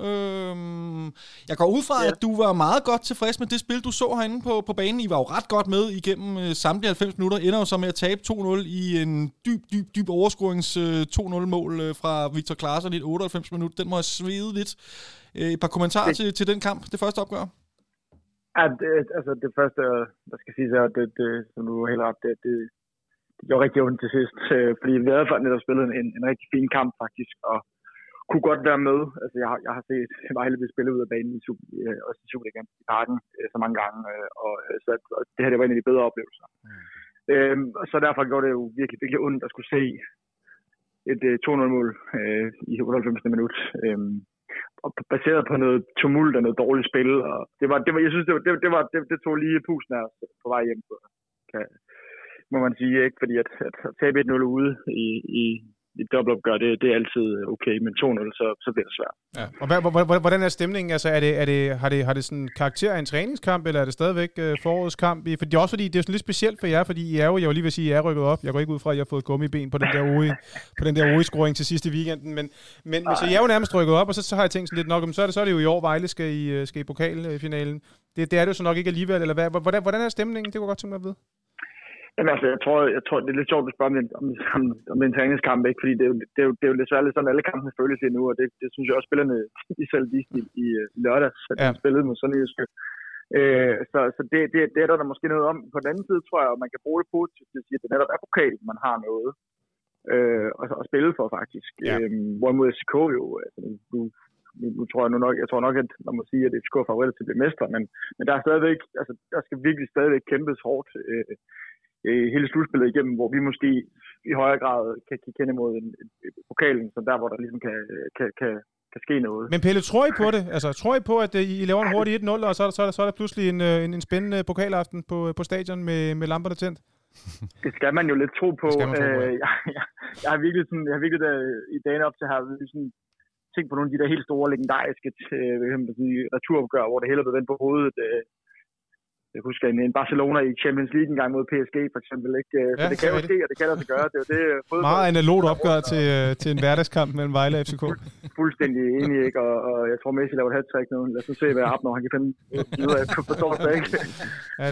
Jeg går ud fra, at du var meget godt tilfreds med det spil, du så herinde på banen. I var jo ret godt med igennem samtlige 90 minutter. Ender jo så med at tabe 2-0 i en dyb overscorings 2-0-mål fra Victor Claesson i et 98 minutter. Den må have svedet lidt. Et par kommentarer til den kamp, det første opgør. Ja, det første, der skal sige, er, det som du har helt ret, det gjorde rigtig ondt til sidst, fordi vi havde faktisk netop spillet en rigtig fin kamp faktisk, og kunne godt være med. Altså, jeg har set Vejle blive spillet ud af banen også i Superligaen i Parken så mange gange, og det her det var en af de bedre oplevelser. Så derfor gjorde det jo virkelig, virkelig ondt at skulle se et 2-0-mål i 98. minut. Og baseret på noget tumult og noget dårligt spil, og jeg synes det tog lige pusten af os på vej hjem, må man sige, ikke, fordi at tabe 1-0 ude i dobbeltopgør, det er altid okay, men 2-0 så bliver det svært. Ja. Og hvordan er stemningen? Altså har det sådan karakter af en træningskamp, eller er det stadigvæk forårets kamp? For det er også fordi det er sådan lidt specielt for jer, fordi I er jo, jeg vil lige vil sige, I er rykket op. Jeg går ikke ud fra, at I har fået gummiben på den der OE-scoring til sidste weekenden, men så I er jo nærmest rykket op, og så har jeg tænkt sådan lidt nok, så er det jo i år Vejle skal i pokalfinalen. Det er det jo så nok ikke alligevel, eller hvad? Hvordan er stemningen? Det kunne jeg godt tænke mig at vide. Jamen altså, jeg tror, det er lidt sjovt at spørge om det er en træningskamp, ikke? Fordi det er jo desværre lidt sådan, alle kampene føles lige nu, og det synes jeg også spillerne i selv i lørdags, at de spillede mod Sønderjyske. Så det er der måske noget om. På den anden side tror jeg, at man kan bruge det positivt til at sige, at det netop er pokalen, man har noget at spille for faktisk. Ja. Hvorimod FCK jo, nu tror jeg tror nok, at man må sige, at FCK er favorit til at blive mestre, men der er stadigvæk, altså der skal virkelig stadigvæk kæmpes hårdt hele slutspillet igennem, hvor vi måske i højere grad kan kende imod pokalen, så der hvor der ligesom kan ske noget. Men Pelle, tror I på det? Altså, tror I på, at I laver en hurtig 1-0, og så er der pludselig en spændende pokalaften på stadion med lamperne tændt? Det skal man jo lidt tro på. Jeg har virkelig i dagen op til her sådan tænkt på nogle af de der helt store legendariske returopgør, hvor det hele er blevet vendt på hovedet. Jeg husker en Barcelona i Champions League en gang mod PSG for eksempel, ikke? Så det kan jo ske, og det kan der så gøre. Det er jo det fodbold. Meget analogt opgør til en hverdagskamp mellem Vejle og FCK. Fuldstændig enig, ikke? Og jeg tror Messi laver et hat-trick nu. Lad os se, hvad jeg har, når han kan finde ud af på torsdag, ikke? Ja,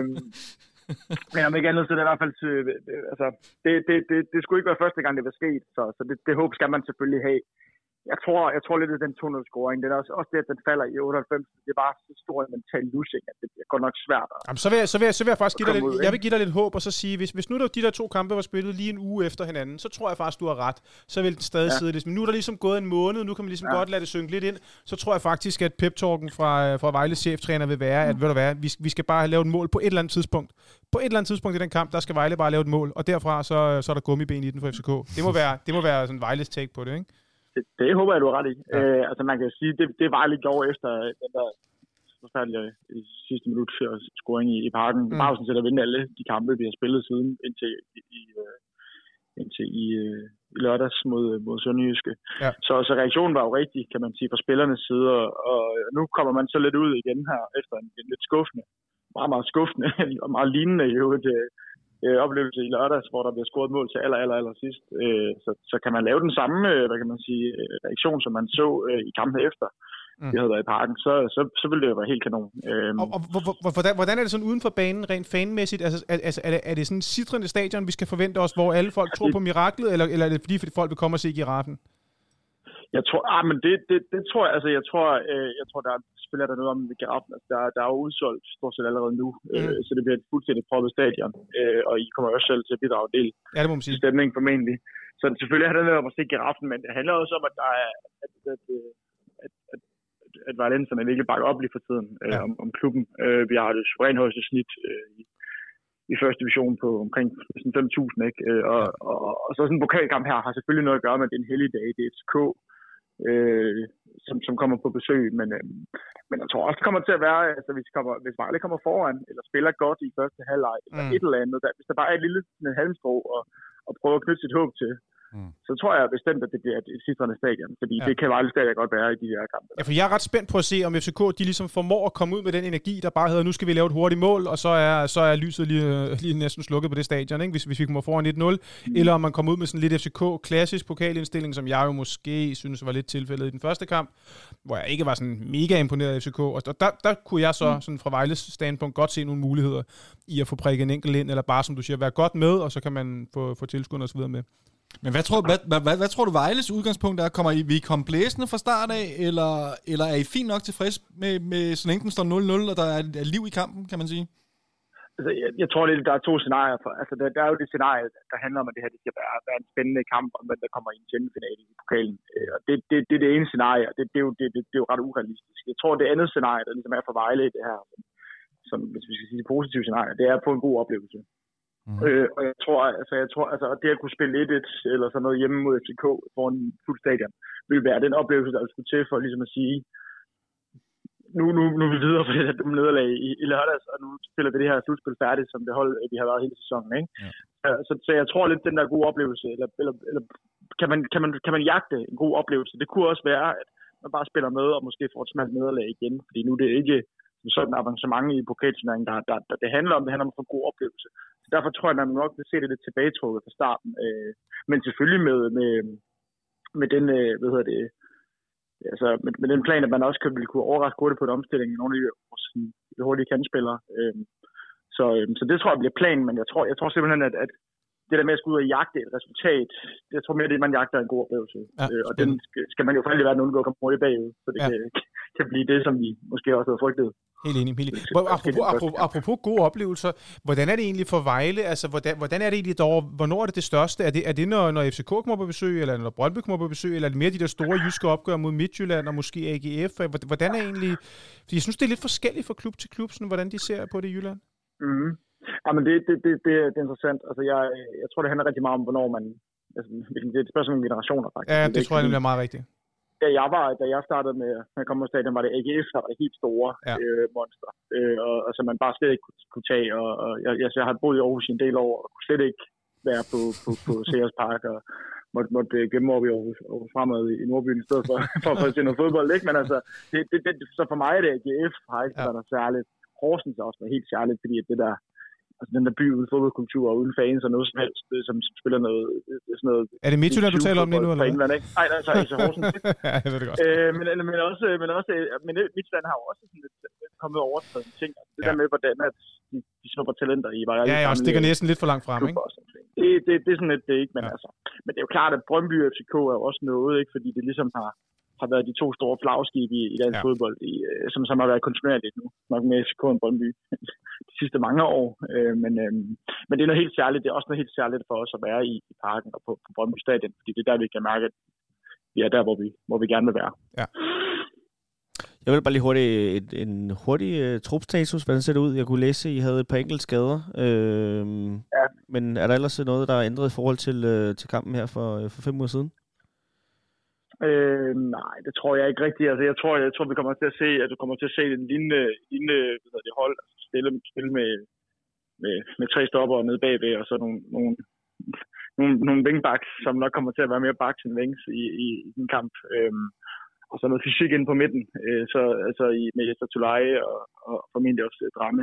men om ikke andet, så det er i hvert fald altså, det skulle ikke være første gang, det var sket, så det håb skal man selvfølgelig have. Jeg tror lidt, at den 2-0-scoring, det er også det, at den falder i 98. Det er bare så stor en mental losing, at det er godt nok svært. Jamen, så vil jeg faktisk give dig lidt, jeg vil give dig lidt håb, og så sige, hvis nu de der 2 kampe var spillet lige en uge efter hinanden, så tror jeg faktisk, du har ret. Så vil den stadig sidde lidt. Men nu er der ligesom gået en måned, nu kan man ligesom godt lade det synke lidt ind. Så tror jeg faktisk, at pep-talken fra Vejles cheftræner vil være, at ved du hvad, vi skal bare lave et mål på et eller andet tidspunkt. På et eller andet tidspunkt i den kamp, der skal Vejle bare lave et mål, og derfra så er der gummiben i den for FCK. Det må være sådan Vejles take på det, ikke? Det håber jeg, du har ret i. Ja. Altså man kan sige, det var lidt gjort efter den der forfærdelige sidste minut scoring i Parken. Det var jo sådan set at vinde alle de kampe, vi har spillet siden indtil i lørdags mod Sønderjyske. Ja. Så reaktionen var jo rigtig, kan man sige, fra spillernes side, og nu kommer man så lidt ud igen her efter en lidt skuffende, meget skuffende og meget lignende oplevelse i lørdags, hvor der bliver scoret mål til aller sidst. Så kan man lave den samme, reaktion, som man så i kampen efter, vi havde været i Parken, så ville det jo være helt kanon. Og hvordan er det sådan uden for banen, rent fanmæssigt? Altså er det sådan en sitrende stadion, vi skal forvente os, hvor alle folk tror på miraklet, eller er det fordi folk vil komme og se giraffen? Jeg tror, men det tror jeg, altså jeg tror, der spiller der noget om giraffen. Altså, der er jo udsolgt stort set allerede nu, så det bliver et fuldstændig proppet stadion, og I kommer også selv til at bidrage del til stemningen formentlig. Så selvfølgelig har det noget om at se giraffen, men det handler også om, at der er, at vejlenserne virkelig bakker op lige for tiden om klubben. Vi har det suverænt højeste snit i første division på omkring 5.000, ikke? Og så sådan en pokalkamp her har selvfølgelig noget at gøre med, at det er en helligdag. Det er FCK, som kommer på besøg, men jeg tror også, det kommer til at være, altså hvis Vejle kommer foran, eller spiller godt i første halvleg, eller et eller andet, hvis der bare er et lille halmstrå og prøver at knytte sit håb til, så tror jeg bestemt, at det bliver et sitrende stadion, fordi det kan Vejle stadig godt være i de her kampe. Ja, for jeg er ret spændt på at se, om FCK de ligesom formår at komme ud med den energi, der bare hedder, nu skal vi lave et hurtigt mål, og så er lyset lige næsten slukket på det stadion, ikke? Hvis vi kommer foran 1-0, eller om man kommer ud med sådan lidt FCK-klassisk pokalindstilling, som jeg jo måske synes var lidt tilfældet i den første kamp, hvor jeg ikke var sådan mega imponeret af FCK, og der kunne jeg så sådan fra Vejles standpunkt godt se nogle muligheder i at få prikket en enkelt ind, eller bare som du siger, være godt med, og så kan man få tilskuerne og så videre med. Men hvad tror du Vejles udgangspunkt er? Kommer vi komme blæsende fra start af, eller er I fint nok tilfreds med så længe den står 0-0, og der er liv i kampen, kan man sige? Altså, jeg tror lidt, der er 2 scenarier. Altså, der er jo det scenarie, der handler om, at det her det skal være en spændende kamp, om hvem der kommer i en semifinale i pokalen. Og det er det ene scenarie, og det er jo ret urealistisk. Jeg tror, det andet scenarie, der ligesom er for Vejle i det her, som hvis vi skal sige det positive scenarie, det er at få en god oplevelse. Og jeg tror, det at kunne spille 1-1 eller sådan noget hjemme mod FCK foran en fuld stadion, vil være den oplevelse, der skulle til for ligesom at sige, nu er vi videre for det der nederlag i lørdags, og nu spiller vi det her slutspil færdigt, som det hold, vi har været hele sæsonen, ikke? Ja. Så jeg tror lidt, den der gode oplevelse, eller kan man jagte en god oplevelse? Det kunne også være, at man bare spiller med, og måske får et smalt nederlag igen, fordi nu det er ikke sådan et avancement i pokalturneringen, det handler om at få en god oplevelse. Så derfor tror jeg, at man nok vil se det lidt tilbagetrukket fra starten. Men selvfølgelig med den, med den plan, at man også ville kunne overraske hurtigt på en omstilling i nogle af de hurtige kandspillere. Så det tror jeg bliver planen, men jeg tror simpelthen, at det der med at skulle ud og jagte et resultat, jeg tror mere, det man jagter en god oplevelse. Ja, og den skal man jo for alt i verden undgå at komme hurtigt bagud, så det kan blive det, som vi måske også havde frygtet. Helt enig. Apropos gode oplevelser, hvordan er det egentlig for Vejle? Altså, hvordan er det egentlig derovre? Hvornår er det største? Er det når FCK kommer på besøg, eller når Brøndby kommer på besøg, eller er det mere de der store jyske opgør mod Midtjylland og måske AGF? Hvordan er egentlig... Fordi jeg synes, det er lidt forskelligt fra klub til klub, sådan, hvordan de ser på det i Jylland. Mm. Ja, men det er interessant. Altså, jeg tror, det handler rigtig meget om, hvornår man... Altså, det er et spørgsmål om generationer, faktisk. Ja, det tror jeg nemlig er meget rigtigt. Da jeg startede med at komme på stadion, var det AGF, der var det helt store monster. Og så man bare slet ikke kunne tage. Og jeg har boet i Aarhus i en del år, og kunne slet ikke være på Sears Park, og måtte gemme op i Aarhus fremad i Nordbyen, i stedet for at se noget fodbold. Ikke? Men altså, så for mig er det AGF har ikke været noget særligt. Horsens er også helt særligt, fordi det der altså den der by uden fodboldkultur og uden fans og noget som helst, som spiller noget, sådan noget... Er det Midtjylland, du taler om lige nu, eller hvad? Ikke? Nej, altså AC Horsens. Ja, jeg ved det godt. Men Midtjylland har jo også sådan lidt kommet overtaget en ting. Det der med, hvordan at de snupper talenter i Ja, og stikker næsten lidt for langt frem, ikke? Det er sådan lidt det, ikke? Men, altså, men det er jo klart, at Brøndby og FCK er jo også noget, ikke? Fordi det ligesom har været de to store flagskibe i dansk fodbold, som har været kontinuerligt nu, nok med FCK og Brøndby de sidste mange år. Men det er noget helt særligt. Det er også noget helt særligt for os at være i parken og på Brøndby Stadion, fordi det er der, vi kan mærke, at vi er der, hvor vi gerne vil være. Ja. Jeg vil bare lige en hurtig trupstatus. Hvordan ser det ud? Jeg kunne læse, at I havde et par enkelte skader. Ja. Men er der ellers noget, der er ændret i forhold til kampen her for 5 uger siden? Nej, det tror jeg ikke rigtigt. Altså, jeg tror, vi kommer til at se, at du kommer til at se en lignende hold, altså spille med 3 stopper nede bagved, og så nogle wingbacks, som nok kommer til at være mere backs end wings i den kamp. Og så noget fysik inde på midten, med Jesper Tulay og formentlig også Dramme.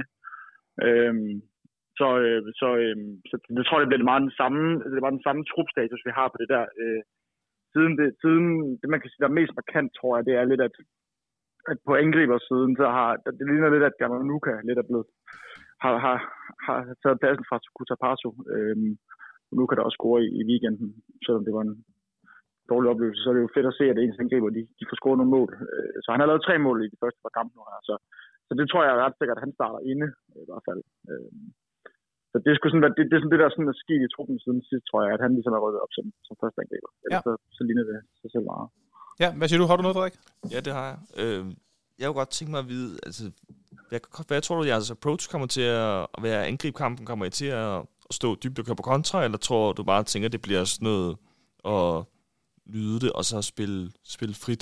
Så det tror jeg, det bliver meget den samme trupstatus, vi har på det der. Siden det man kan sige, der er mest markant, tror jeg, det er lidt, at på angribersiden, så det ligner lidt, at Gamanuka lidt er blevet, har taget pladsen fra Kutapasu. Nu kan der også score i weekenden, selvom det var en dårlig oplevelse, så er det jo fedt at se, at ens angriber, de får scoret nogle mål. Så han har lavet 3 mål i de første par kampe nu her, så det tror jeg er ret sikkert, at han starter inde, i hvert fald. Så det er sgu sådan, det er sådan det, der sådan er sket i truppen siden sidst, tror jeg, at han ligesom er rykket op som første angriber. Ja. Så ligner det sig selv meget. Ja, hvad siger du? Har du noget, Frederik? Ja, det har jeg. Jeg kunne godt tænke mig at vide, altså, hvad tror du, jeres approach kommer til at være? Angribkampen kommer I til at stå dybt og køre på kontra, eller tror du bare tænker, at det bliver sådan noget at lyde det, og så spille frit?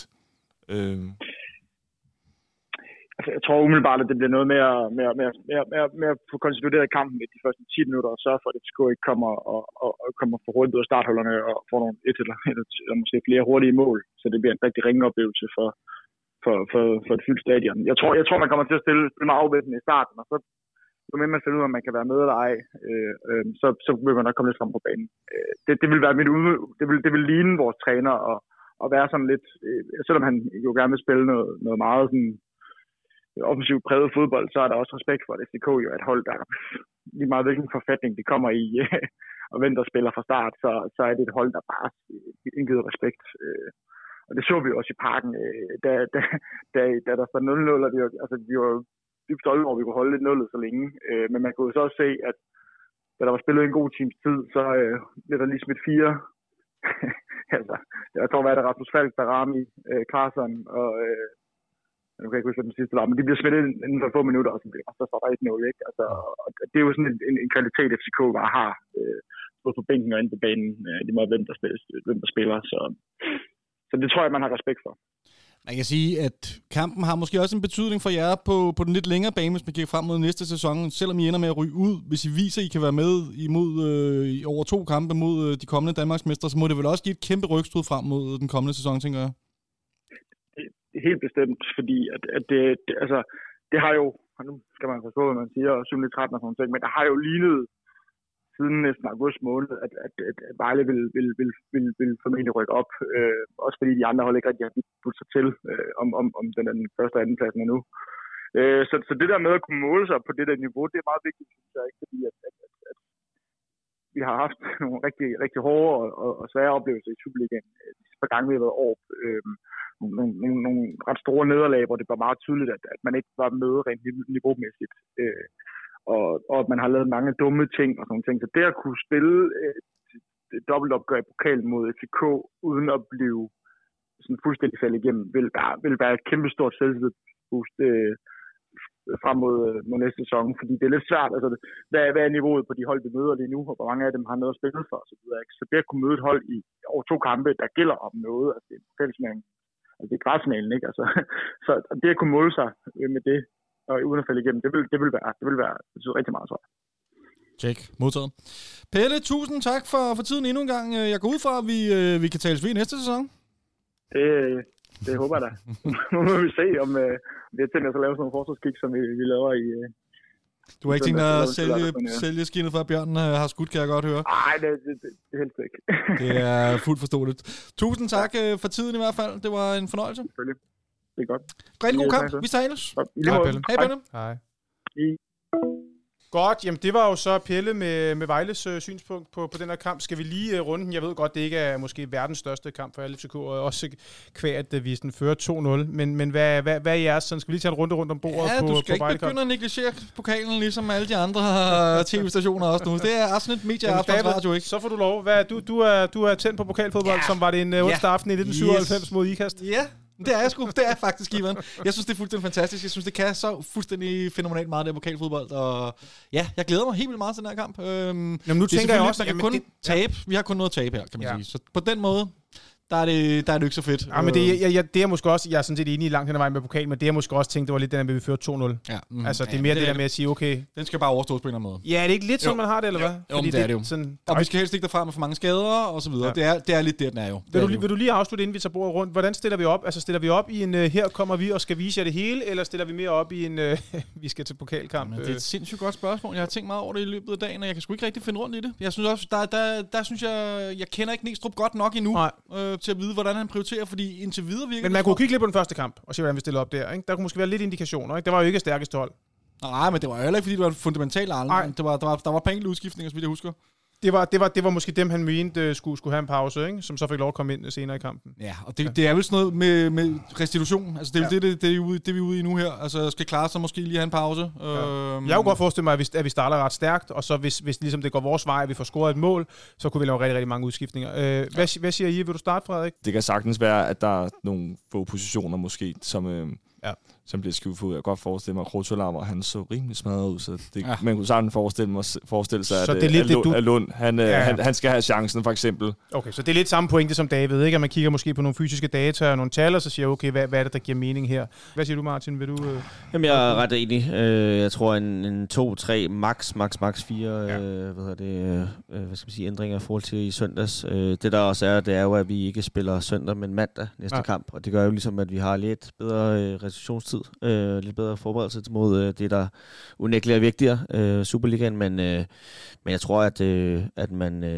Altså, jeg tror umiddelbart, at det bliver noget med at få konsolideret kampen i de første 10 minutter, og sørge for, at FCK ikke kommer for hurtigt ud af starthullerne og får nogle eller måske flere hurtige mål. Så det bliver en rigtig ringe oplevelse for et fyldt stadion. Jeg tror, man kommer til at stille meget afventende i starten, og så jo mere man finder ud af, om man kan være med eller ej, så vil man nok komme lidt frem på banen. Det vil være det vil ligne vores træner og være sådan lidt, selvom han jo gerne vil spille noget meget sådan offensivt præget fodbold, så er der også respekt for, at FCK jo er et hold, der lige meget hvilken forfatning de kommer i og venter og spiller fra start, så er det et hold, der bare indgiver respekt. Og det så vi også i parken, da der står 0-0, og vi var dybt stolte over, vi kunne holde lidt 0 så længe. Men man kunne så også se, at da der var spillet en god times tid, så blev der lige smidt 4. Altså, jeg tror, hvad er det, Rasmus Falk, Darami, Carson og nu kan jeg ikke huske, hvad den sidste var, men de bliver smidt inden for få minutter, og så står der 1-0, ikke? Altså, og det er jo sådan en kvalitet, FCK bare har, både på bænken og inde på banen, de må hvem der spiller, så det tror jeg, man har respekt for. Man kan sige, at kampen har måske også en betydning for jer på den lidt længere bane, hvis man kigger frem mod næste sæson, selvom I ender med at ryge ud. Hvis I viser, at I kan være med imod over 2 kampe mod de kommende Danmarksmestre, så må det vel også give et kæmpe rygstød frem mod den kommende sæson, tænker jeg. Helt bestemt, fordi at det har jo, nu skal man forstå, hvad man siger, og 7-13 og sådan noget, men der har jo lignet siden næsten august måned, at Vejle vil formentlig rykke op, også fordi de andre hold ikke rigtig har budt sig til, om den første og anden pladsen endnu. Så det der med at kunne måle sig på det der niveau, det er meget vigtigt, synes jeg, ikke? Fordi at vi har haft nogle rigtig, rigtig hårde og svære oplevelser i Superligaen de par gange, vi har været over. Nogle ret store nederlag, hvor det var meget tydeligt, at man ikke var med rent niveaumæssigt. Og at man har lavet mange dumme ting og sådan ting. Så det at kunne spille et dobbeltopgør i pokalen mod FCK, uden at blive sådan fuldstændig faldet igennem, vil være et kæmpe stort selvtillidsboost frem mod næste sæson. Fordi det er lidt svært. Altså, hvad er niveauet på de hold, vi møder lige nu, og hvor mange af dem har noget at spille for osv. Så det at kunne møde et hold i over 2 kampe, der gælder om noget, altså det er en pokalsmæring, altså det er græsfinalen, ikke? Altså, så det at kunne måle sig med det, og uden at falde igennem, det vil være betyder rigtig meget, tror jeg. Check. Modtaget. Pelle, tusind tak for tiden endnu en gang. Jeg går ud fra, at vi kan tales ved i næste sæson. Det håber jeg da. Nu må vi se, om vi har tænkt os at lave sådan nogle forsvarskig, som vi laver Du har ikke tænkt at sælge skinnet for, at bjørnen har skudt, kan jeg godt høre. Nej, det er helt ikke. Det er fuldt forståeligt. Tusind tak for tiden i hvert fald. Det var en fornøjelse. Selvfølgelig. Det er godt. Rigtig god kamp. Vi tales. Hej, Pelle. Hej, Pelle. Hej. Godt, jamen det var jo så Pelle med Vejles synspunkt på den her kamp. Skal vi lige runde den? Jeg ved godt, det ikke er måske verdens største kamp for alle FCK, og også kvært, at vi sådan fører 2-0. Men hvad er jeres? Sådan, skal vi lige tage en runde rundt om bordet på du skal ikke begynde at negligere pokalen, ligesom alle de andre tv-stationer også nu. Det er sådan et medie-radio, ikke? Så får du lov. Du er tændt på pokalfodbold, som var det en onsdag aften i 1997 mod IKAST. Ja. Det er jeg sgu. Det er faktisk, Ivan. Jeg synes, det er fuldstændig fantastisk. Jeg synes, det kan så fuldstændig fænomenalt meget, det her pokalfodbold. Og ja, jeg glæder mig helt vildt meget til den her kamp. Jamen, nu tænker jeg også, at man kan kun tabe. Vi har kun noget at tabe her, kan man sige. Så på den måde, der er det ikke så fedt. Ja, men det er måske også, jeg er sådan set enig i langt hen ad vejen med pokalen, men det er måske også tænkt, det var lidt den, at vi fører 2-0. Ja, altså, det er mere det der med at sige, okay. Den skal bare overstås på en eller anden måde. Ja, er det ikke lidt sådan, man har det, eller hvad? Jo, det er det jo. Sådan, og vi skal helst ikke derfra med for mange skader, og så videre. Ja. Det er lidt det, den er jo. Vil du lige afslutte, inden vi tager bordet rundt? Hvordan stiller vi op? Altså, stiller vi op i en, her kommer vi og skal vise jer det hele, eller stiller vi mere op i en, vi skal til pokalkamp? Jamen, det er et sindssygt godt spørgsmål. Jeg har tænkt meget over det i løbet af dagen, og jeg kan sgu ikke rigtig finde rundt i det. Jeg synes også, der synes jeg kender ikke Næstrup godt nok endnu, til at vide, hvordan han prioriterer, fordi indtil videre virker. Men man kunne kigge lidt på den første kamp og se, hvordan vi stiller op der. Ikke? Der kunne måske være lidt indikationer. Ikke? Det var jo ikke stærkeste hold. Nej, men det var heller ikke, fordi det var fundamentalt anderledes. Der var pænt udskiftninger, så vidt jeg husker. Det var måske dem, han mente skulle have en pause, ikke? Som så fik lov at komme ind senere i kampen. Ja, og det er vel sådan noget med restitution. Altså, det er jo det vi er ude i nu her. Altså, skal klare sig måske lige have en pause. Ja. Jeg kunne godt forestille mig, at vi starter ret stærkt, og så hvis ligesom det går vores vej, at vi får scoret et mål, så kunne vi lave rigtig, rigtig mange udskiftninger. Hvad siger I? Vil du starte, Frederik? Det kan sagtens være, at der er nogle få positioner måske, som bliver skiftet ud. Jeg kan godt forestille mig, at Krotolammer, han så rimelig smadret ud, så man kunne sagtens forestille sig, at Lund, han skal have chancen, for eksempel. Okay, så det er lidt samme pointe som David, ikke? At man kigger måske på nogle fysiske data og nogle tal, og så siger okay, hvad er det, der giver mening her? Hvad siger du, Martin? Vil du... Jamen, jeg er ret enig. Jeg tror, en 2-3, max 4, hvad skal man sige, ændringer i forhold til i søndags. Det der også er, det er jo, at vi ikke spiller søndag, men mandag næste kamp, og det gør jo ligesom, at vi har lidt bedre restitutionstid, lidt bedre forberedelse mod det, der unægteligt er vigtigere, Superligaen, men jeg tror, at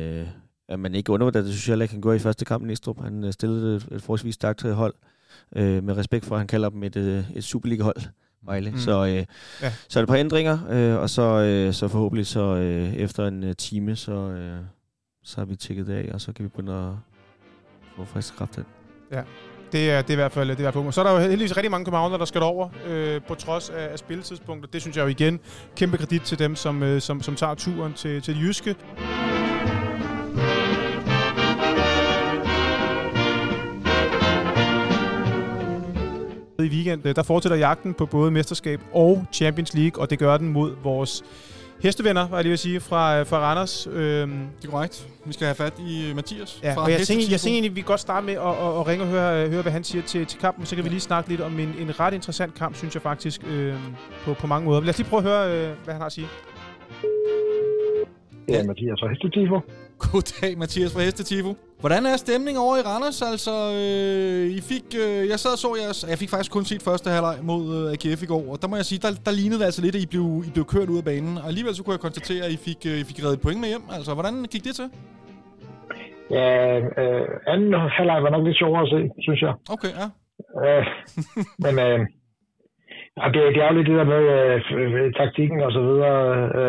man ikke undervurderer det, synes jeg heller ikke, han går i første kamp i Næstrup. Han stillede et forholdsvis stærkt hold, med respekt for, at han kalder dem et Superliga-hold, Vejle. Så er det et par ændringer, og så forhåbentlig så efter en time, så har vi tjekket det af, og så kan vi begynde at få frisk kraft ind. Ja. Det er i hvert fald. Så er der jo heldigvis rigtig mange københavner, der skal over på trods af spilletidspunkter. Det synes jeg jo igen kæmpe kredit til dem, som tager turen til det jyske. I weekend, der fortsætter jagten på både mesterskab og Champions League, og det gør den mod vores hestevenner, var jeg lige vil sige, fra Randers. Det er korrekt. Vi skal have fat i Mathias. Ja, og jeg tænker egentlig, vi kan godt starte med at ringe og høre, hvad han siger til kampen. Så kan vi lige snakke lidt om en ret interessant kamp, synes jeg faktisk, på mange måder. Lad os lige prøve at høre, hvad han har at sige. Ja, Mathias fra Hestetifo. Goddag, Mathias fra Hestetifo. Hvordan er stemningen over i Randers? Altså, I fik... jeg sad og så jeres... Jeg fik faktisk kun set første halvleg mod AGF i går, og der må jeg sige, der lignede det altså lidt, at I blev kørt ud af banen. Og alligevel så kunne jeg konstatere, at I fik reddet point med hjem. Altså, hvordan gik det til? Ja, anden halvleg var nok lidt sjovere at se, synes jeg. Okay, ja. Men det er jo lidt det der med taktikken og så videre.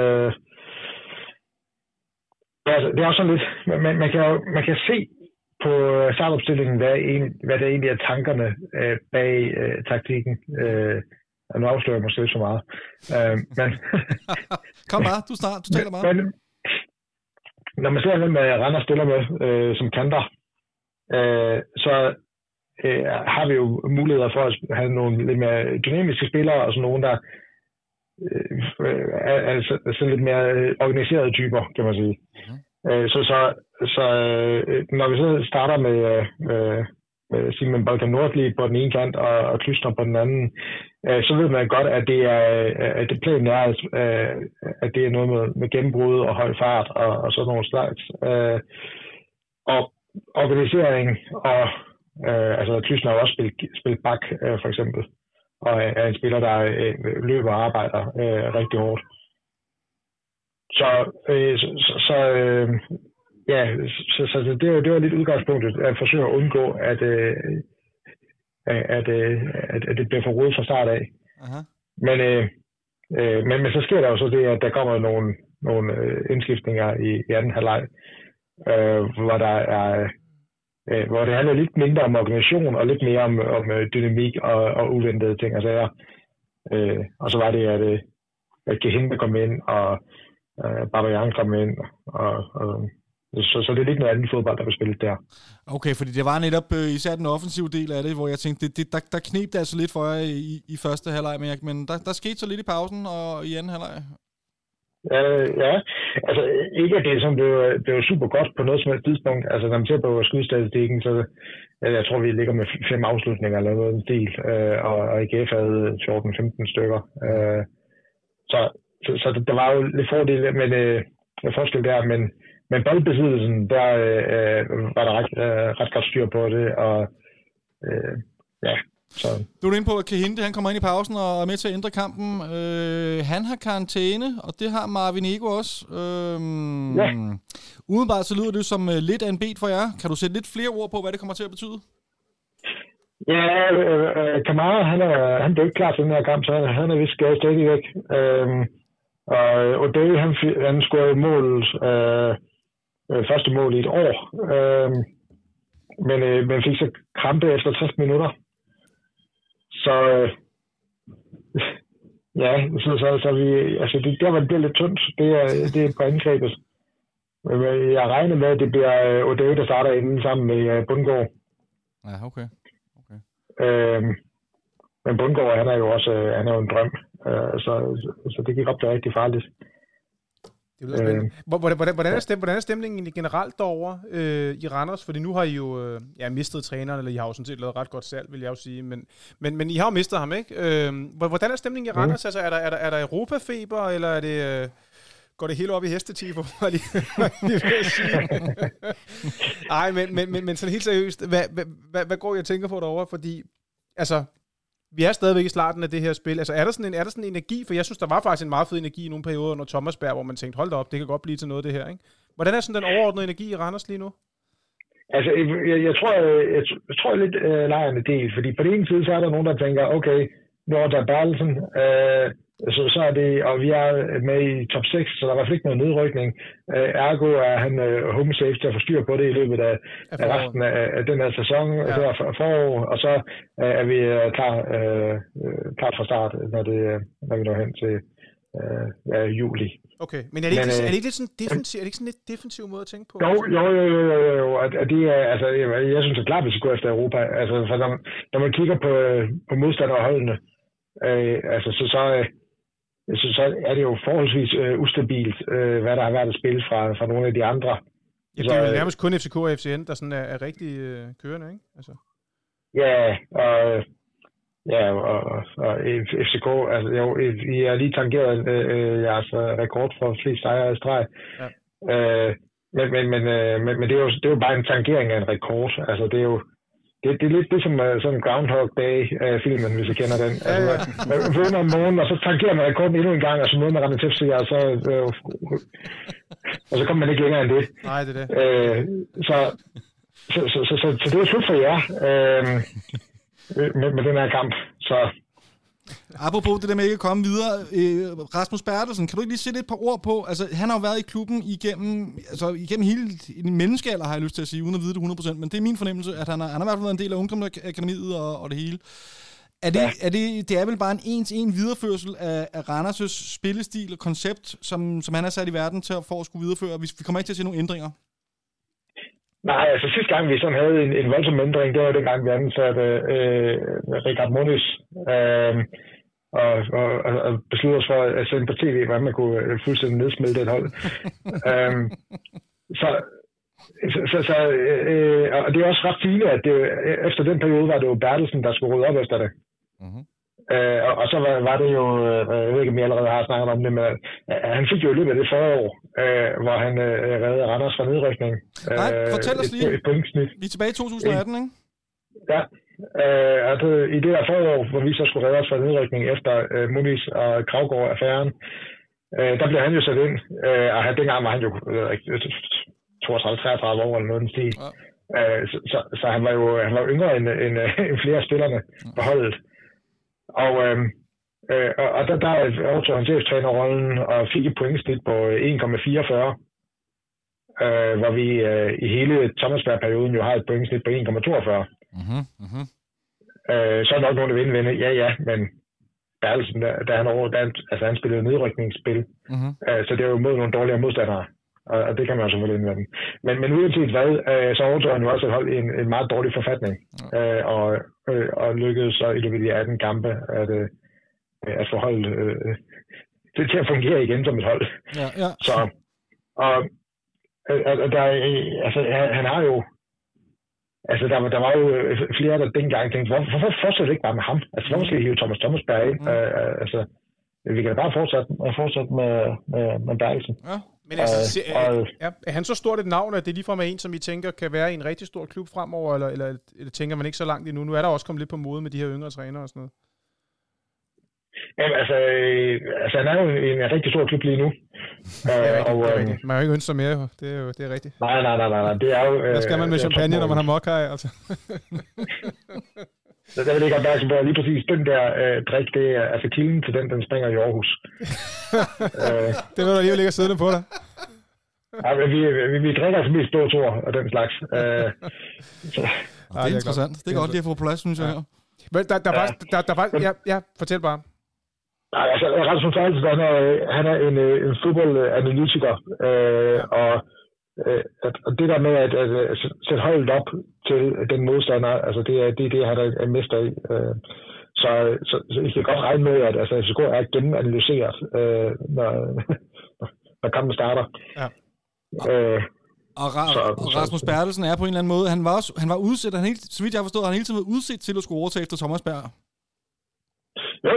Det er også sådan lidt, man kan se på startopstillingen, hvad det egentlig er tankerne bag taktikken. Nu afslører jeg måske lidt så meget. Men kom bare, du taler bare. Men, når man ser, hvem Randers stiller med som kanter, så har vi jo muligheder for at have nogle lidt mere dynamiske spillere, og sådan nogen, der altså lidt mere organiserede typer, kan man sige. Så når vi så starter med Simon Balkan Nordli på den ene kant og Klysner på den anden, så ved man godt, at det planen er, at det er noget med gennembrud og høj fart og sådan nogle slags. Og organisering og altså Klysner har også spillet bak, for eksempel, og er en spiller, der løber og arbejder rigtig hårdt. Så det var lidt udgangspunktet at forsøge at undgå, at det bliver for rodet fra start af. Aha. Men så sker der jo så det, at der kommer nogle indskiftninger i anden halvleg, hvor det handler lidt mindre om organisation og lidt mere om dynamik og uventede ting og sager. Og så var det, at Gehinde kom ind, og Babayan kom ind, så det er lidt noget andet fodbold, der blev spillet der. Okay, fordi det var netop især den offensive del af det, hvor jeg tænkte, der kneb det altså lidt for jer i første halvleg, men der skete så lidt i pausen og i anden halvleg. Ja, altså ikke at det var super godt på noget som helst tidspunkt. Altså når man ser på skudstatistikken, så jeg tror vi ligger med 5 afslutninger eller noget i den stil, og IGF havde 14-15 stykker. Så der var jo lidt fordel med forskel der, men boldbesiddelsen, der var der ret godt styr på det, og så. Du er inde på, at Gehinde, han kommer ind i pausen og er med til at ændre kampen. Han har karantæne, og det har Marvin Ego også. Udenbart så lyder det som lidt af en bet for jer. Kan du sætte lidt flere ord på, hvad det kommer til at betyde? Ja, Kamara, han blev ikke klar til den her kamp, så han er vist skadet stadigvæk. Og O'Day, han scorede første mål i et år, men fik så krampe efter 60 minutter. Så så vi, altså det der var det bliver lidt tyndt. Det er på angrebet. Jeg regner med, at det bliver O'Day, der starter inden sammen med Bundgaard. Ja, okay. Men Bundgaard, han er jo en drøm. Så det gik op til rigtig farligt. Det er spændende. Hvordan er stemningen generelt derovre i Randers? Fordi nu har I jo mistet træneren, eller I har jo sådan set lavet ret godt salg, vil jeg jo sige. Men I har jo mistet ham, ikke? Hvordan er stemningen i Randers? Altså, er der Europafeber, eller er det, går det hele op i hestetifo? Nej, men sådan helt seriøst, hvad går jeg og tænker på derovre? Fordi, altså, vi er stadigvæk i starten af det her spil. Altså, er der sådan en energi? For jeg synes, der var faktisk en meget fed energi i nogle perioder under Thomasberg, hvor man tænkte, hold da op, det kan godt blive til noget, det her, ikke? Hvordan er sådan den overordnede energi i Randers lige nu? Altså, jeg tror lidt lejrende del, fordi på den ene side, så er der nogen, der tænker, okay, nu er der Bertelsen, så er det, og vi er med i top 6, så der er i hvert fald ikke noget nedrykning. Ergo er han home safe til at få styr på det i løbet af resten af den her sæson, her forår, og så er vi klar fra start, når vi når hen til juli. Okay, men er det ikke sådan lidt defensiv måde at tænke på? Jo, at det er, altså, jeg synes, det er klart, at vi skal gå efter Europa. Altså, for når man kigger på modstanderholdene, altså, så er det jo forholdsvis ustabilt, hvad der har været at spille fra nogle af de andre. Ja, det er jo nærmest kun FCK og FCN, der sådan er rigtig kørende, ikke? Altså. Og FCK, altså jo, I har lige tangeret jeres rekord for flest sejre i streg. Ja. Men det er jo bare en tangering af en rekord. Altså, det er jo det er lidt ligesom sådan Groundhog Day-filmen, hvis I kender den. Altså, man vågner om morgenen, og så tangerer man rekorden endnu en gang, og så møder man Randers FC, og så kommer man ikke længere end det. Nej, det er det. Så det er slut for jer med den her kamp. Så apropos det der med ikke at komme videre, Rasmus Bertelsen, kan du ikke lige sætte et par ord på? Altså, han har jo været i klubben igennem hele en menneskealder, har jeg lyst til at sige, uden at vide det 100%, men det er min fornemmelse, at han har i hvert fald været en del af ungdomsakademiet og det hele. Det er vel bare en ens-en videreførsel af Randers' spillestil og koncept, som han er sat i verden for at skulle videreføre. Vi kommer ikke til at se nogle ændringer. Nej, altså sidste gang vi sådan havde en voldsom ændring, det var den gang vi ansatte Richard Muniz og besluttede os for at sende på tv, hvordan man kunne fuldstændig nedsmelte et hold. Og det er også ret fint, at efter den periode var det jo Bertelsen, der skulle rydde op efter det. Mm-hmm. Og så var det jo, jeg ved ikke, om jeg allerede har snakket om det, men han fik jo i løbet af det forår, hvor han reddede Randers fra nedrykning. Nej, fortæl os lige. Vi er tilbage i 2018, ikke? Ja, altså i det der forår, hvor vi så skulle redde os fra nedrykning efter Muniz og Kravgaard-affæren, Der blev han jo sat ind, og dengang var han jo 32-33 år eller noget den stil. Ja. Så han var jo yngre end flere af spillerne på holdet. Og der overtog han cheftrænerrollen og fik et pointsnit på 1,44. Hvor vi i hele Thomasberg-perioden jo har et pointsnit på 1,42. Så er nok nogen, der vil indvende. Ja, men Bertelsen, han spillede nedrykningsspil. Så det er jo mod nogle dårligere modstandere. Og det kan man jo selvfølgelig indvende. Men uanset hvad, så overtog han jo også et hold i en meget dårlig forfatning. Og lykkedes så i løbet af 18 kampe at få holdet det til at fungere igen som et hold. Ja. Så, han har jo der var jo flere, der dengang tænkte, hvorfor fortsætter det ikke bare med ham? Altså, hvorfor skal vi hive Thomas Thomasberg ind? Vi kan bare fortsætte med Bertelsen. Ja. Men er han så stort et navn, at det ligefrem er en, som I tænker kan være i en rigtig stor klub fremover, eller tænker man ikke så langt endnu? Nu er der også kommet lidt på mode med de her yngre trænere og sådan noget. Jamen, han er jo i en rigtig stor klub lige nu. Det er rigtigt. Man har jo ikke ønsket sig mere, det er rigtigt. Nej. Det er jo... Hvad skal man med champagne, når man har mokkaj, altså? Så der vil jeg ikke opmærksom på, at lige præcis den der drik, det er altså kilden til den springer i Aarhus. Det vil du alligevel ikke siddende på dig. Ja, vi drikker altså mest blåtur og den slags. Det er interessant. Det er godt lige at få plads, synes jeg. Men der var... Ja, fortæl bare. Nej, altså, Rasmus Bertelsen, han er en fodboldanalytiker, og det der med at sætte holdet op til den modstander, altså det er han er mester i. Så I kan godt regne med, at FCK er gennemanalyseret, når kampen starter. Ja. Og Rasmus Bertelsen er på en eller anden måde, han var udset, så vidt jeg har forstået, han hele tiden var udset til at skulle overtage efter Thomasberg. Jo,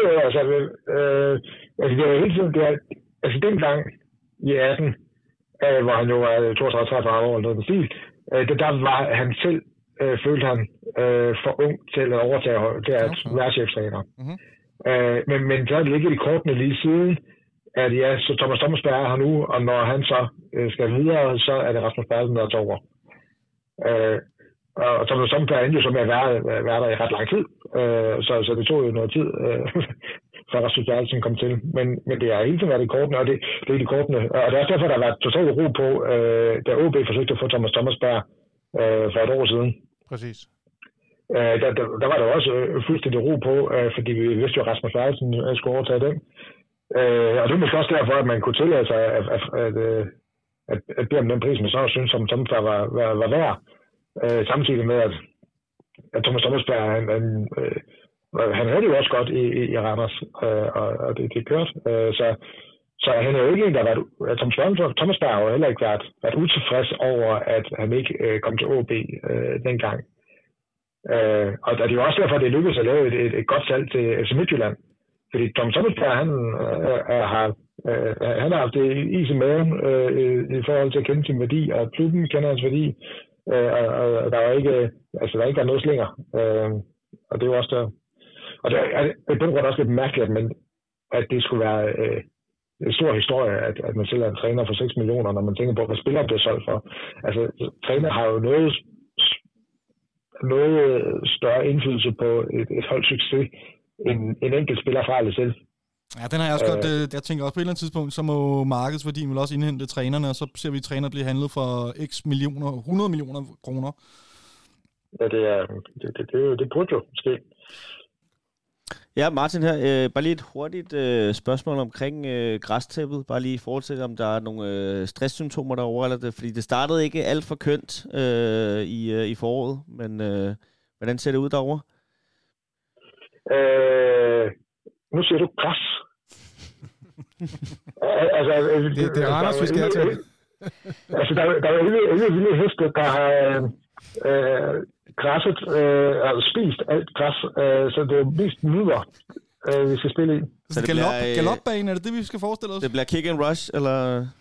det er hele tiden, dengang i 18, hvor han jo var 32-33 år eller noget stil, der var han selv, følte han, for ung til at overtage til at være cheftræner. Men så har det ligget i kortene lige siden, at så Thomas Thomasberg er her nu, og når han så skal videre, så er det Rasmus Bertelsen, der tager over. Og Thomas Thomasberg endte jo så med at være der i ret lang tid, så det tog jo noget tid, før Rasmus Bertelsen kom til. Men det har hele tiden været i kortene, og det er i kortene. Og det er også derfor, der har været totalt ro på, da OB forsøgte at få Thomas Thomasberg for et år siden. Præcis. Der var der også fuldstændig ro på, fordi vi vidste jo, at Rasmus Bertelsen skulle overtage den. Og det er måske også derfor, at man kunne tillade sig at bede om den pris, man så synes, som Thomasberg var værd. Samtidig med, at Thomas Thomasberg, han havde det jo også godt i Randers, og det kørte. Så han er jo ikke en, der har været... Thomasberg har jo heller ikke været utilfreds over, at han ikke kom til OB dengang. Og det er jo også derfor, at det lykkedes at lave et godt salg til FC Midtjylland. Fordi Thomas Thomasberg, han har haft det is i maven i forhold til at kende sin værdi, og klubben kender hans værdi. Og der er ikke noget slinger. Og det er jo også der. Og det er på grund også lidt mærkeligt, at det skulle være en stor historie, at man sælger en træner for 6 millioner, når man tænker på, hvad spiller bliver solgt for. Altså, træner har jo noget større indflydelse på et holds succes, end en enkelt spiller fra det selv. Ja, den har jeg også godt. Jeg tænker også på et eller andet tidspunkt, så må markedsværdien vel også indhente trænerne, og så ser vi træner blive handlet for x millioner, 100 millioner kroner. Ja, det burde jo ske. Ja, Martin her. Bare lige et hurtigt spørgsmål omkring græstæppet. Bare lige i forhold til, om der er nogle stresssymptomer derovre, eller det, fordi det startede ikke alt for kønt i foråret, men hvordan ser det ud derovre? Nu siger du græs. Det er Randers, vi skal have til. Altså, der er jo vilde heste, der har græsset, spist alt græs, så det er mest midler, vi skal spille i. Så galopbanen, er det vi skal forestille os? Det bliver kick and rush, eller?